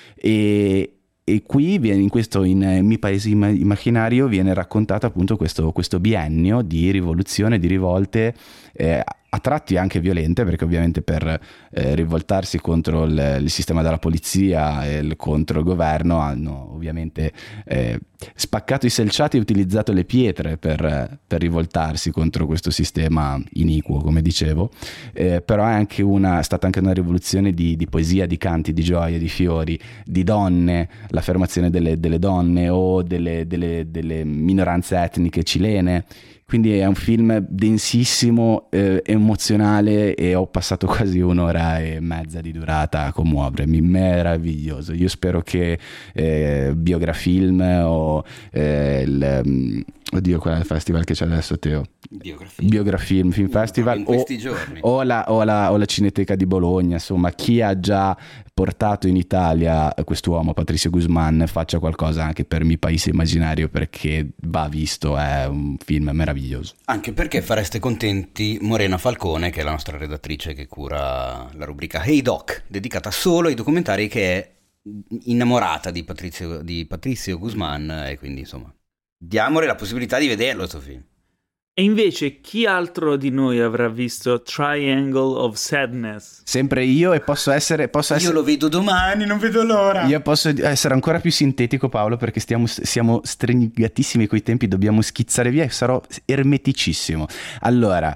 Speaker 3: E qui in Mi Paese Immaginario viene raccontato appunto questo biennio di rivoluzione, di rivolte, a tratti anche violente, perché ovviamente per rivoltarsi contro il sistema della polizia e contro il governo hanno ovviamente spaccato i selciati e utilizzato le pietre per rivoltarsi contro questo sistema iniquo, come dicevo. Però è stata anche una rivoluzione di poesia, di canti, di gioia, di fiori, di donne, l'affermazione delle donne o delle minoranze etniche cilene. Quindi è un film densissimo, emozionale, e ho passato quasi 1.5 ore di durata a commuovermi, meraviglioso. Io spero che Biografilm o oddio, qual è il festival che c'è adesso, Teo? Biografilm Film Festival,
Speaker 2: in questi giorni.
Speaker 3: o la Cineteca di Bologna, insomma, chi ha già portato in Italia quest'uomo Patricio Guzmán faccia qualcosa anche per Mi Paese Immaginario, perché va visto, è un film meraviglioso.
Speaker 2: Anche perché fareste contenti Morena Falcone, che è la nostra redattrice che cura la rubrica Hey Doc, dedicata solo ai documentari, che è innamorata di Patricio Guzmán, e quindi insomma diamole la possibilità di vederlo sto film.
Speaker 1: E invece chi altro di noi avrà visto Triangle of Sadness?
Speaker 3: Sempre io, e posso essere...
Speaker 2: Io lo vedo domani, non vedo l'ora.
Speaker 3: Io posso essere ancora più sintetico, Paolo, perché siamo stringatissimi coi tempi, dobbiamo schizzare via e sarò ermeticissimo. Allora,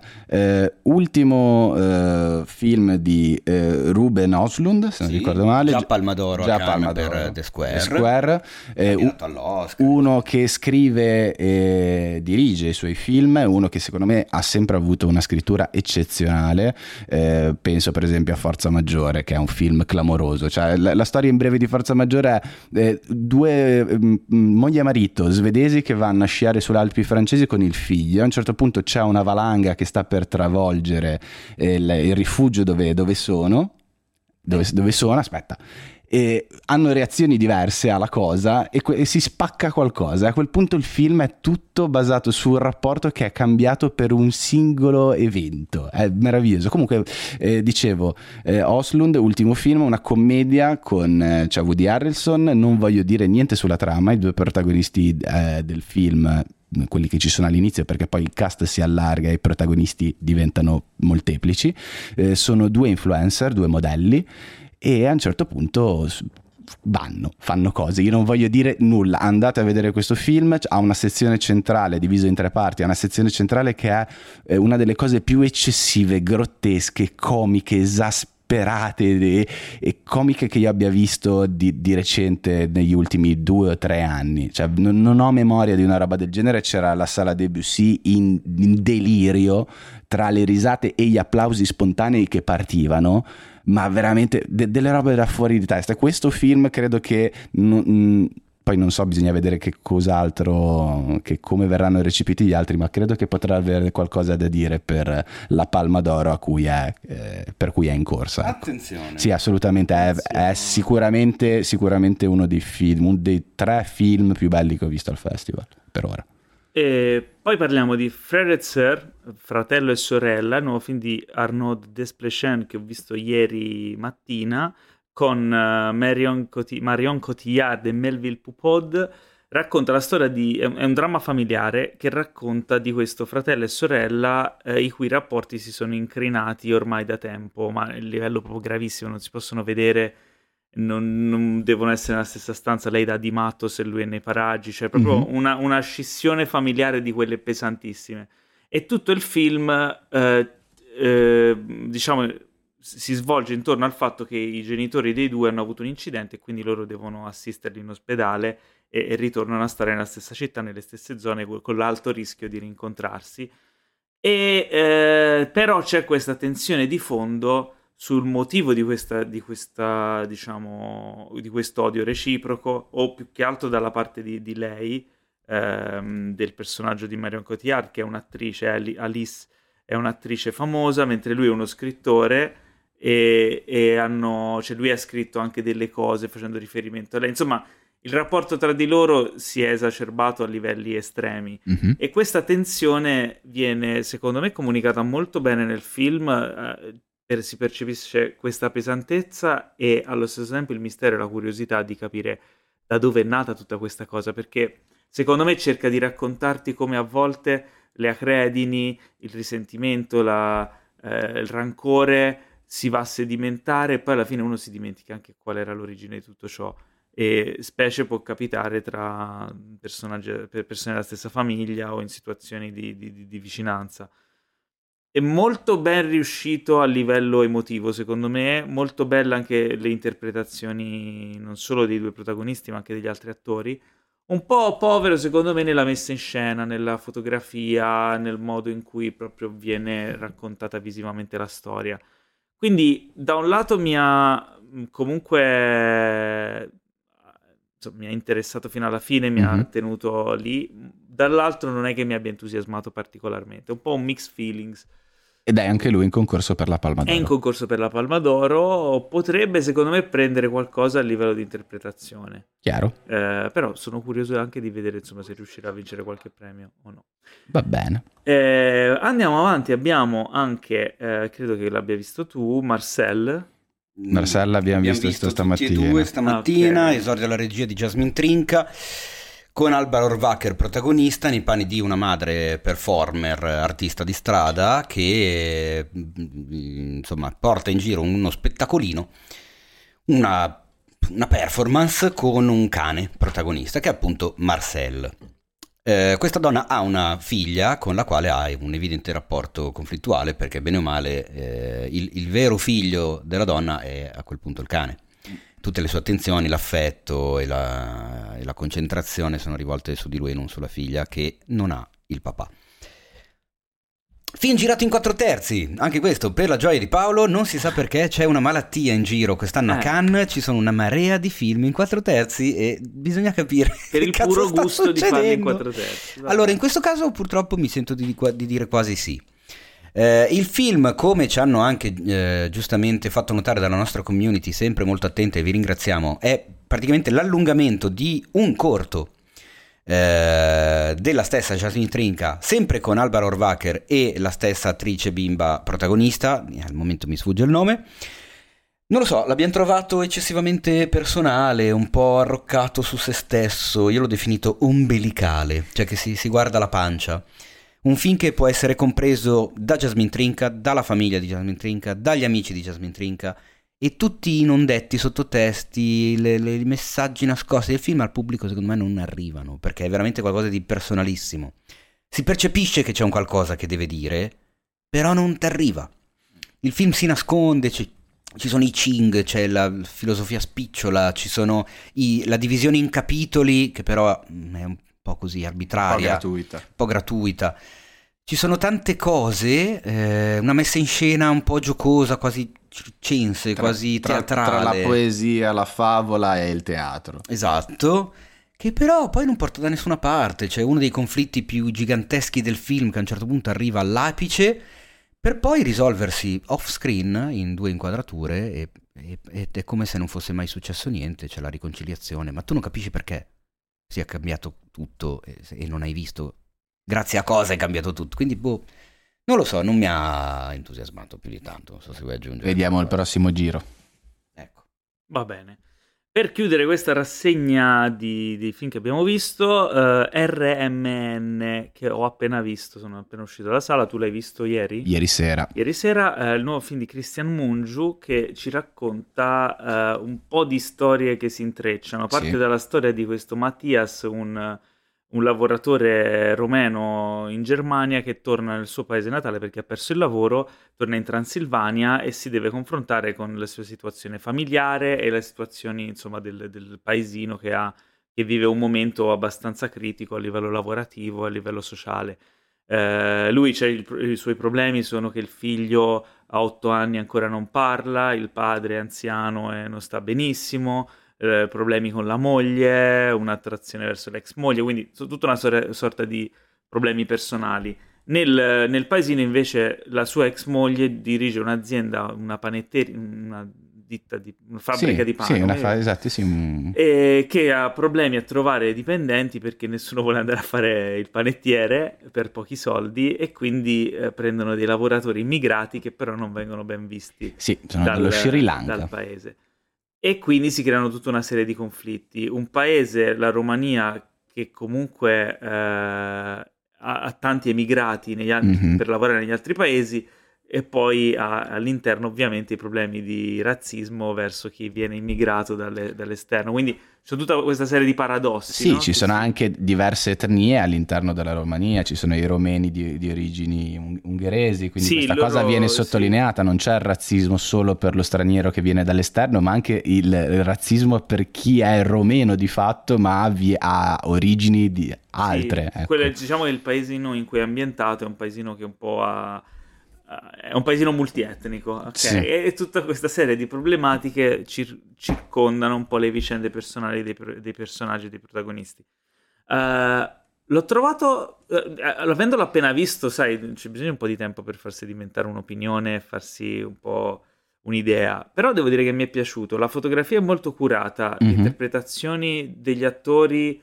Speaker 3: ultimo film di Ruben Östlund, se non ricordo male.
Speaker 2: Già Palma d'Oro per The Square.
Speaker 3: All'Oscar. Uno che scrive e dirige i suoi film, uno che secondo me ha sempre avuto una scrittura eccezionale. Penso per esempio a Forza Maggiore, che è un film clamoroso. Cioè, la storia in breve di Forza Maggiore è due moglie e marito svedesi che vanno a sciare sulle Alpi francesi con il figlio. A un certo punto c'è una valanga che sta per travolgere il rifugio dove sono. Aspetta. E hanno reazioni diverse alla cosa e si spacca qualcosa. A quel punto il film è tutto basato sul rapporto che è cambiato per un singolo evento. È meraviglioso. Comunque dicevo, Östlund, ultimo film, una commedia con c'è Woody Harrelson. Non voglio dire niente sulla trama, i due protagonisti del film, quelli che ci sono all'inizio, perché poi il cast si allarga e i protagonisti diventano molteplici. Sono due influencer, due modelli, e a un certo punto fanno cose. Io non voglio dire nulla, andate a vedere questo film. Ha una sezione centrale diviso in 3 parti, ha una sezione centrale che è una delle cose più eccessive, grottesche, comiche, esasperate e comiche che io abbia visto di recente negli ultimi 2 o 3 anni. Cioè, non ho memoria di una roba del genere. C'era la sala Debussy in delirio tra le risate e gli applausi spontanei che partivano, ma veramente delle robe da fuori di testa. Questo film credo che poi non so, bisogna vedere che cos'altro, che come verranno recepiti gli altri, ma credo che potrà avere qualcosa da dire per la Palma d'Oro per cui è in corsa.
Speaker 2: Attenzione.
Speaker 3: Sì, assolutamente. È sicuramente uno dei 3 film più belli che ho visto al festival per ora.
Speaker 1: E poi parliamo di Frère et Sœur, Fratello e Sorella, il nuovo film di Arnaud Desplechin che ho visto ieri mattina con Marion Cotillard e Melville Poupeau. Racconta la storia è un dramma familiare che racconta di questo fratello e sorella i cui rapporti si sono incrinati ormai da tempo, ma a livello proprio gravissimo, non si possono vedere, non devono essere nella stessa stanza, lei dà di matto se lui è nei paraggi, cioè proprio una scissione familiare di quelle pesantissime. E tutto il film, diciamo, si svolge intorno al fatto che i genitori dei due hanno avuto un incidente e quindi loro devono assisterli in ospedale e ritornano a stare nella stessa città, nelle stesse zone, con l'alto rischio di rincontrarsi. Però c'è questa tensione di fondo sul motivo di questa diciamo, di questo odio reciproco, o più che altro dalla parte di lei, del personaggio di Marion Cotillard, che è un'attrice, Alice è un'attrice famosa, mentre lui è uno scrittore cioè lui ha scritto anche delle cose facendo riferimento a lei. Insomma, il rapporto tra di loro si è esacerbato a livelli estremi e questa tensione viene, secondo me, comunicata molto bene nel film. Si percepisce questa pesantezza e allo stesso tempo il mistero e la curiosità di capire da dove è nata tutta questa cosa, perché secondo me cerca di raccontarti come a volte le acredini, il risentimento, il rancore si va a sedimentare e poi alla fine uno si dimentica anche qual era l'origine di tutto ciò, e specie può capitare tra persone della stessa famiglia o in situazioni di vicinanza. È molto ben riuscito a livello emotivo, secondo me, molto bella anche le interpretazioni non solo dei due protagonisti ma anche degli altri attori. Un po' povero secondo me nella messa in scena, nella fotografia, nel modo in cui proprio viene raccontata visivamente la storia. Quindi da un lato mi ha comunque, insomma, mi ha interessato fino alla fine, mi ha tenuto lì, dall'altro non è che mi abbia entusiasmato particolarmente, un po' un mixed feelings.
Speaker 3: Ed è anche lui in concorso per la Palma d'Oro.
Speaker 1: È in concorso per la Palma d'Oro, potrebbe secondo me prendere qualcosa a livello di interpretazione.
Speaker 3: Chiaro.
Speaker 1: Però sono curioso anche di vedere, insomma, se riuscirà a vincere qualche premio o no.
Speaker 3: Va bene.
Speaker 1: Andiamo avanti, abbiamo anche, credo che l'abbia visto tu, Marcel.
Speaker 3: Abbiamo visto stamattina.
Speaker 2: Tutti e due stamattina,
Speaker 1: Okay.
Speaker 2: esordio alla regia di Jasmine Trinca, con Alba Rohrwacher protagonista nei panni di una madre performer, artista di strada, che insomma porta in giro uno spettacolino, una performance con un cane protagonista che è appunto Marcel. Questa donna ha una figlia con la quale ha un evidente rapporto conflittuale, perché bene o male il vero figlio della donna è a quel punto il cane. Tutte le sue attenzioni, l'affetto e la concentrazione sono rivolte su di lui e non sulla figlia, che non ha il papà. Film girato in 4/3, anche questo per la gioia di Paolo. Non si sa perché, c'è una malattia in giro quest'anno a Cannes, ci sono una marea di film in 4/3 e bisogna capire
Speaker 1: Per
Speaker 2: che
Speaker 1: il
Speaker 2: cazzo
Speaker 1: puro
Speaker 2: sta
Speaker 1: gusto di farli in
Speaker 2: succedendo.
Speaker 1: 4/3.
Speaker 2: Allora, in questo caso purtroppo mi sento di dire quasi sì. Il film, come ci hanno anche giustamente fatto notare dalla nostra community, sempre molto attenta, e vi ringraziamo, è praticamente l'allungamento di un corto della stessa Jasmine Trinca, sempre con Alba Rohrwacher e la stessa attrice bimba protagonista, al momento mi sfugge il nome. Non lo so, l'abbiamo trovato eccessivamente personale, un po' arroccato su se stesso. Io l'ho definito ombelicale, cioè che si guarda la pancia. Un film che può essere compreso da Jasmine Trinca, dalla famiglia di Jasmine Trinca, dagli amici di Jasmine Trinca, e tutti i non detti sottotesti, i messaggi nascosti del film al pubblico secondo me non arrivano, perché è veramente qualcosa di personalissimo. Si percepisce che c'è un qualcosa che deve dire, però non ti arriva. Il film si nasconde, ci sono i Ching, c'è la filosofia spicciola, ci sono la divisione in capitoli, che però è un po' così arbitraria, un po' gratuita. Ci sono tante cose, una messa in scena un po' giocosa, quasi circense, quasi teatrale.
Speaker 3: Tra la poesia, la favola e il teatro.
Speaker 2: Esatto, che però poi non porta da nessuna parte. C'è uno dei conflitti più giganteschi del film che a un certo punto arriva all'apice, per poi risolversi off screen in 2 inquadrature ed è come se non fosse mai successo niente. C'è la riconciliazione, ma tu non capisci perché sia cambiato tutto e non hai visto grazie a cosa è cambiato tutto. Quindi, boh, non lo so, non mi ha entusiasmato più di tanto. Non so se vuoi aggiungere.
Speaker 3: Vediamo il prossimo giro.
Speaker 2: Ecco.
Speaker 1: Va bene. Per chiudere questa rassegna di film che abbiamo visto, RMN, che ho appena visto, sono appena uscito dalla sala, tu l'hai visto ieri?
Speaker 3: Ieri sera.
Speaker 1: Ieri sera il nuovo film di Christian Mungiu che ci racconta un po' di storie che si intrecciano. Parte
Speaker 3: Sì.
Speaker 1: dalla storia di questo Mattias, un lavoratore romeno in Germania che torna nel suo paese natale perché ha perso il lavoro, torna in Transilvania e si deve confrontare con la sua situazione familiare e le situazioni, insomma, del paesino che vive un momento abbastanza critico a livello lavorativo e a livello sociale. Lui i suoi problemi sono che il figlio a 8 anni ancora non parla, il padre è anziano e non sta benissimo, problemi con la moglie, un'attrazione verso l'ex moglie, quindi tutta una sorta di problemi personali. Nel paesino invece la sua ex moglie dirige un'azienda, una panetteria, una fabbrica di pane.
Speaker 3: Esatto, sì.
Speaker 1: Che ha problemi a trovare dipendenti perché nessuno vuole andare a fare il panettiere per pochi soldi e quindi prendono dei lavoratori immigrati che però non vengono ben visti
Speaker 3: Sì, sono dallo Sri Lanka.
Speaker 1: dal paese. E quindi si creano tutta una serie di conflitti. Un paese, la Romania, che comunque ha tanti emigrati per lavorare negli altri paesi, e poi ha all'interno ovviamente i problemi di razzismo verso chi viene immigrato dall'esterno. Quindi c'è tutta questa serie di paradossi.
Speaker 3: Sì,
Speaker 1: no?
Speaker 3: ci sono anche diverse etnie all'interno della Romania, ci sono i romeni di origini ungheresi, quindi
Speaker 1: Sì,
Speaker 3: questa cosa viene sottolineata, non c'è il razzismo solo per lo straniero che viene dall'esterno, ma anche il razzismo per chi è romeno di fatto, ma ha origini di altre.
Speaker 1: Sì,
Speaker 3: ecco.
Speaker 1: diciamo che il paesino in cui è ambientato è un paesino che un po' è un paesino multietnico, ok?
Speaker 3: Sì.
Speaker 1: E tutta questa serie di problematiche circondano un po' le vicende personali dei personaggi, dei protagonisti. L'ho trovato, avendolo appena visto, sai, c'è bisogno un po' di tempo per farsi sedimentare un'opinione, farsi un po' un'idea, però devo dire che mi è piaciuto. La fotografia è molto curata, le interpretazioni degli attori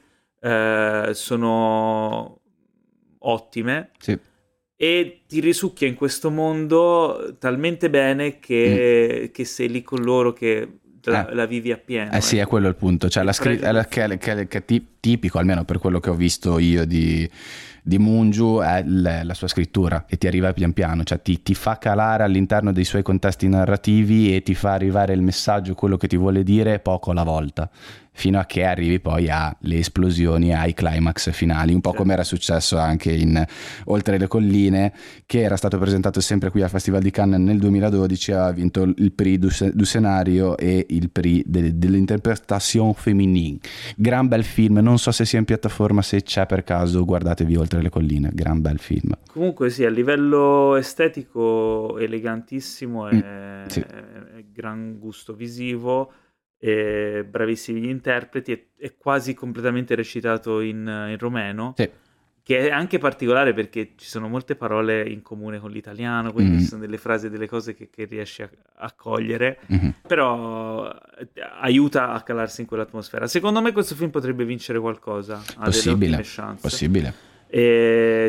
Speaker 1: sono ottime.
Speaker 3: Sì.
Speaker 1: E ti risucchia in questo mondo talmente bene che sei lì con loro, che la vivi appieno.
Speaker 3: Sì, è quello il punto. Cioè, che è tipico, almeno per quello che ho visto io di Mungiu, è la sua scrittura, che ti arriva pian piano, cioè ti fa calare all'interno dei suoi contesti narrativi e ti fa arrivare il messaggio, quello che ti vuole dire, poco alla volta, fino a che arrivi poi alle esplosioni, ai climax finali, un po' come era successo anche in Oltre le colline, che era stato presentato sempre qui al Festival di Cannes nel 2012, ha vinto il Prix du Scenario e il Prix dell'Interpretation Féminine. Gran bel film, non so se sia in piattaforma, se c'è per caso guardatevi Oltre le colline, gran bel film.
Speaker 1: Comunque sì, a livello estetico elegantissimo,
Speaker 3: sì.
Speaker 1: è gran gusto visivo, bravissimi gli interpreti, è quasi completamente recitato in romeno,
Speaker 3: Sì.
Speaker 1: che è anche particolare perché ci sono molte parole in comune con l'italiano, quindi ci sono delle frasi e delle cose che riesci a cogliere, però aiuta a calarsi in quell'atmosfera. Secondo me questo film potrebbe vincere qualcosa, ha delle ottime chance.
Speaker 3: Possibile.
Speaker 1: E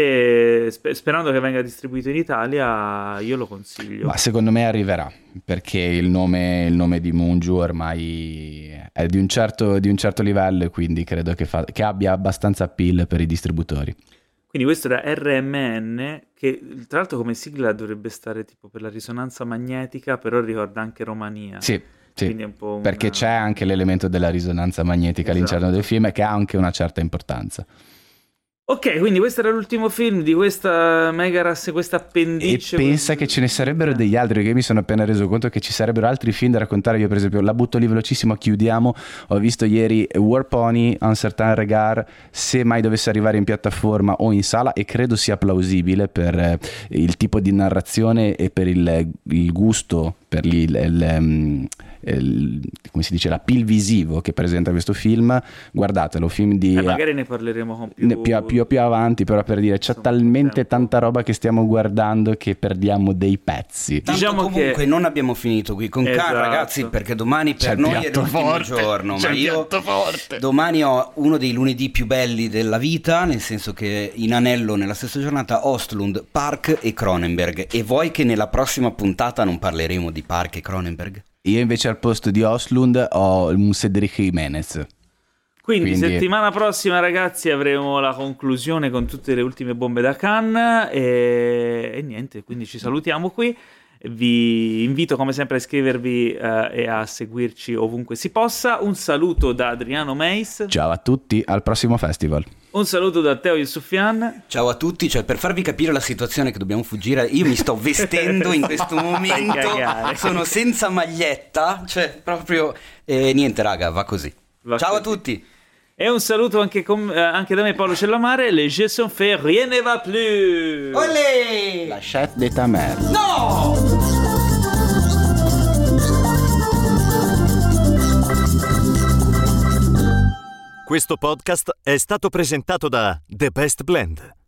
Speaker 1: sperando che venga distribuito in Italia, io lo consiglio.
Speaker 3: Ma secondo me arriverà, perché il nome di Mungiu ormai è di un certo livello, e quindi credo che abbia abbastanza appeal per i distributori.
Speaker 1: Quindi questo era RMN, che tra l'altro come sigla dovrebbe stare tipo per la risonanza magnetica, però ricorda anche Romania.
Speaker 3: Sì.
Speaker 1: Quindi è un po'
Speaker 3: perché c'è anche l'elemento della risonanza magnetica all'interno del film, che ha anche una certa importanza.
Speaker 1: Ok, quindi questo era l'ultimo film di questa questa appendice.
Speaker 3: E pensa che ce ne sarebbero degli altri, perché mi sono appena reso conto che ci sarebbero altri film da raccontare. Io per esempio la butto lì velocissimo, chiudiamo. Ho visto ieri War Pony, Un certain regard, se mai dovesse arrivare in piattaforma o in sala, e credo sia plausibile per il tipo di narrazione e per il gusto, per come si dice, l'appeal visivo che presenta questo film, guardatelo, film di...
Speaker 1: magari ne parleremo con
Speaker 3: più avanti, però per dire, c'è talmente tanta roba che stiamo guardando che perdiamo dei pezzi.
Speaker 2: Diciamo comunque che non abbiamo finito qui con Khan, ragazzi, perché domani per noi è l'ultimo giorno, ma io domani ho uno dei lunedì più belli della vita, nel senso che in anello nella stessa giornata Ostlund, Park e Cronenberg. E vuoi che nella prossima puntata non parleremo di Park e Cronenberg?
Speaker 3: Io invece al posto di Ostlund ho un Cedric Jimenez.
Speaker 1: Quindi settimana prossima, ragazzi, avremo la conclusione con tutte le ultime bombe da Cannes e niente, quindi ci salutiamo qui. Vi invito come sempre a iscrivervi e a seguirci ovunque si possa. Un saluto da Adriano Meis.
Speaker 3: Ciao a tutti, al prossimo festival.
Speaker 1: Un saluto da Teo Yusufian.
Speaker 2: Ciao a tutti, cioè per farvi capire la situazione che dobbiamo fuggire, io mi sto vestendo in questo momento, sono senza maglietta, cioè proprio niente raga, va così. Ciao a tutti.
Speaker 1: E un saluto anche da me, Paolo Cellamare. Les jeux sont faits, rien ne va plus.
Speaker 2: Olé!
Speaker 3: La chef de ta mère.
Speaker 2: No!
Speaker 4: Questo podcast è stato presentato da The Best Blend,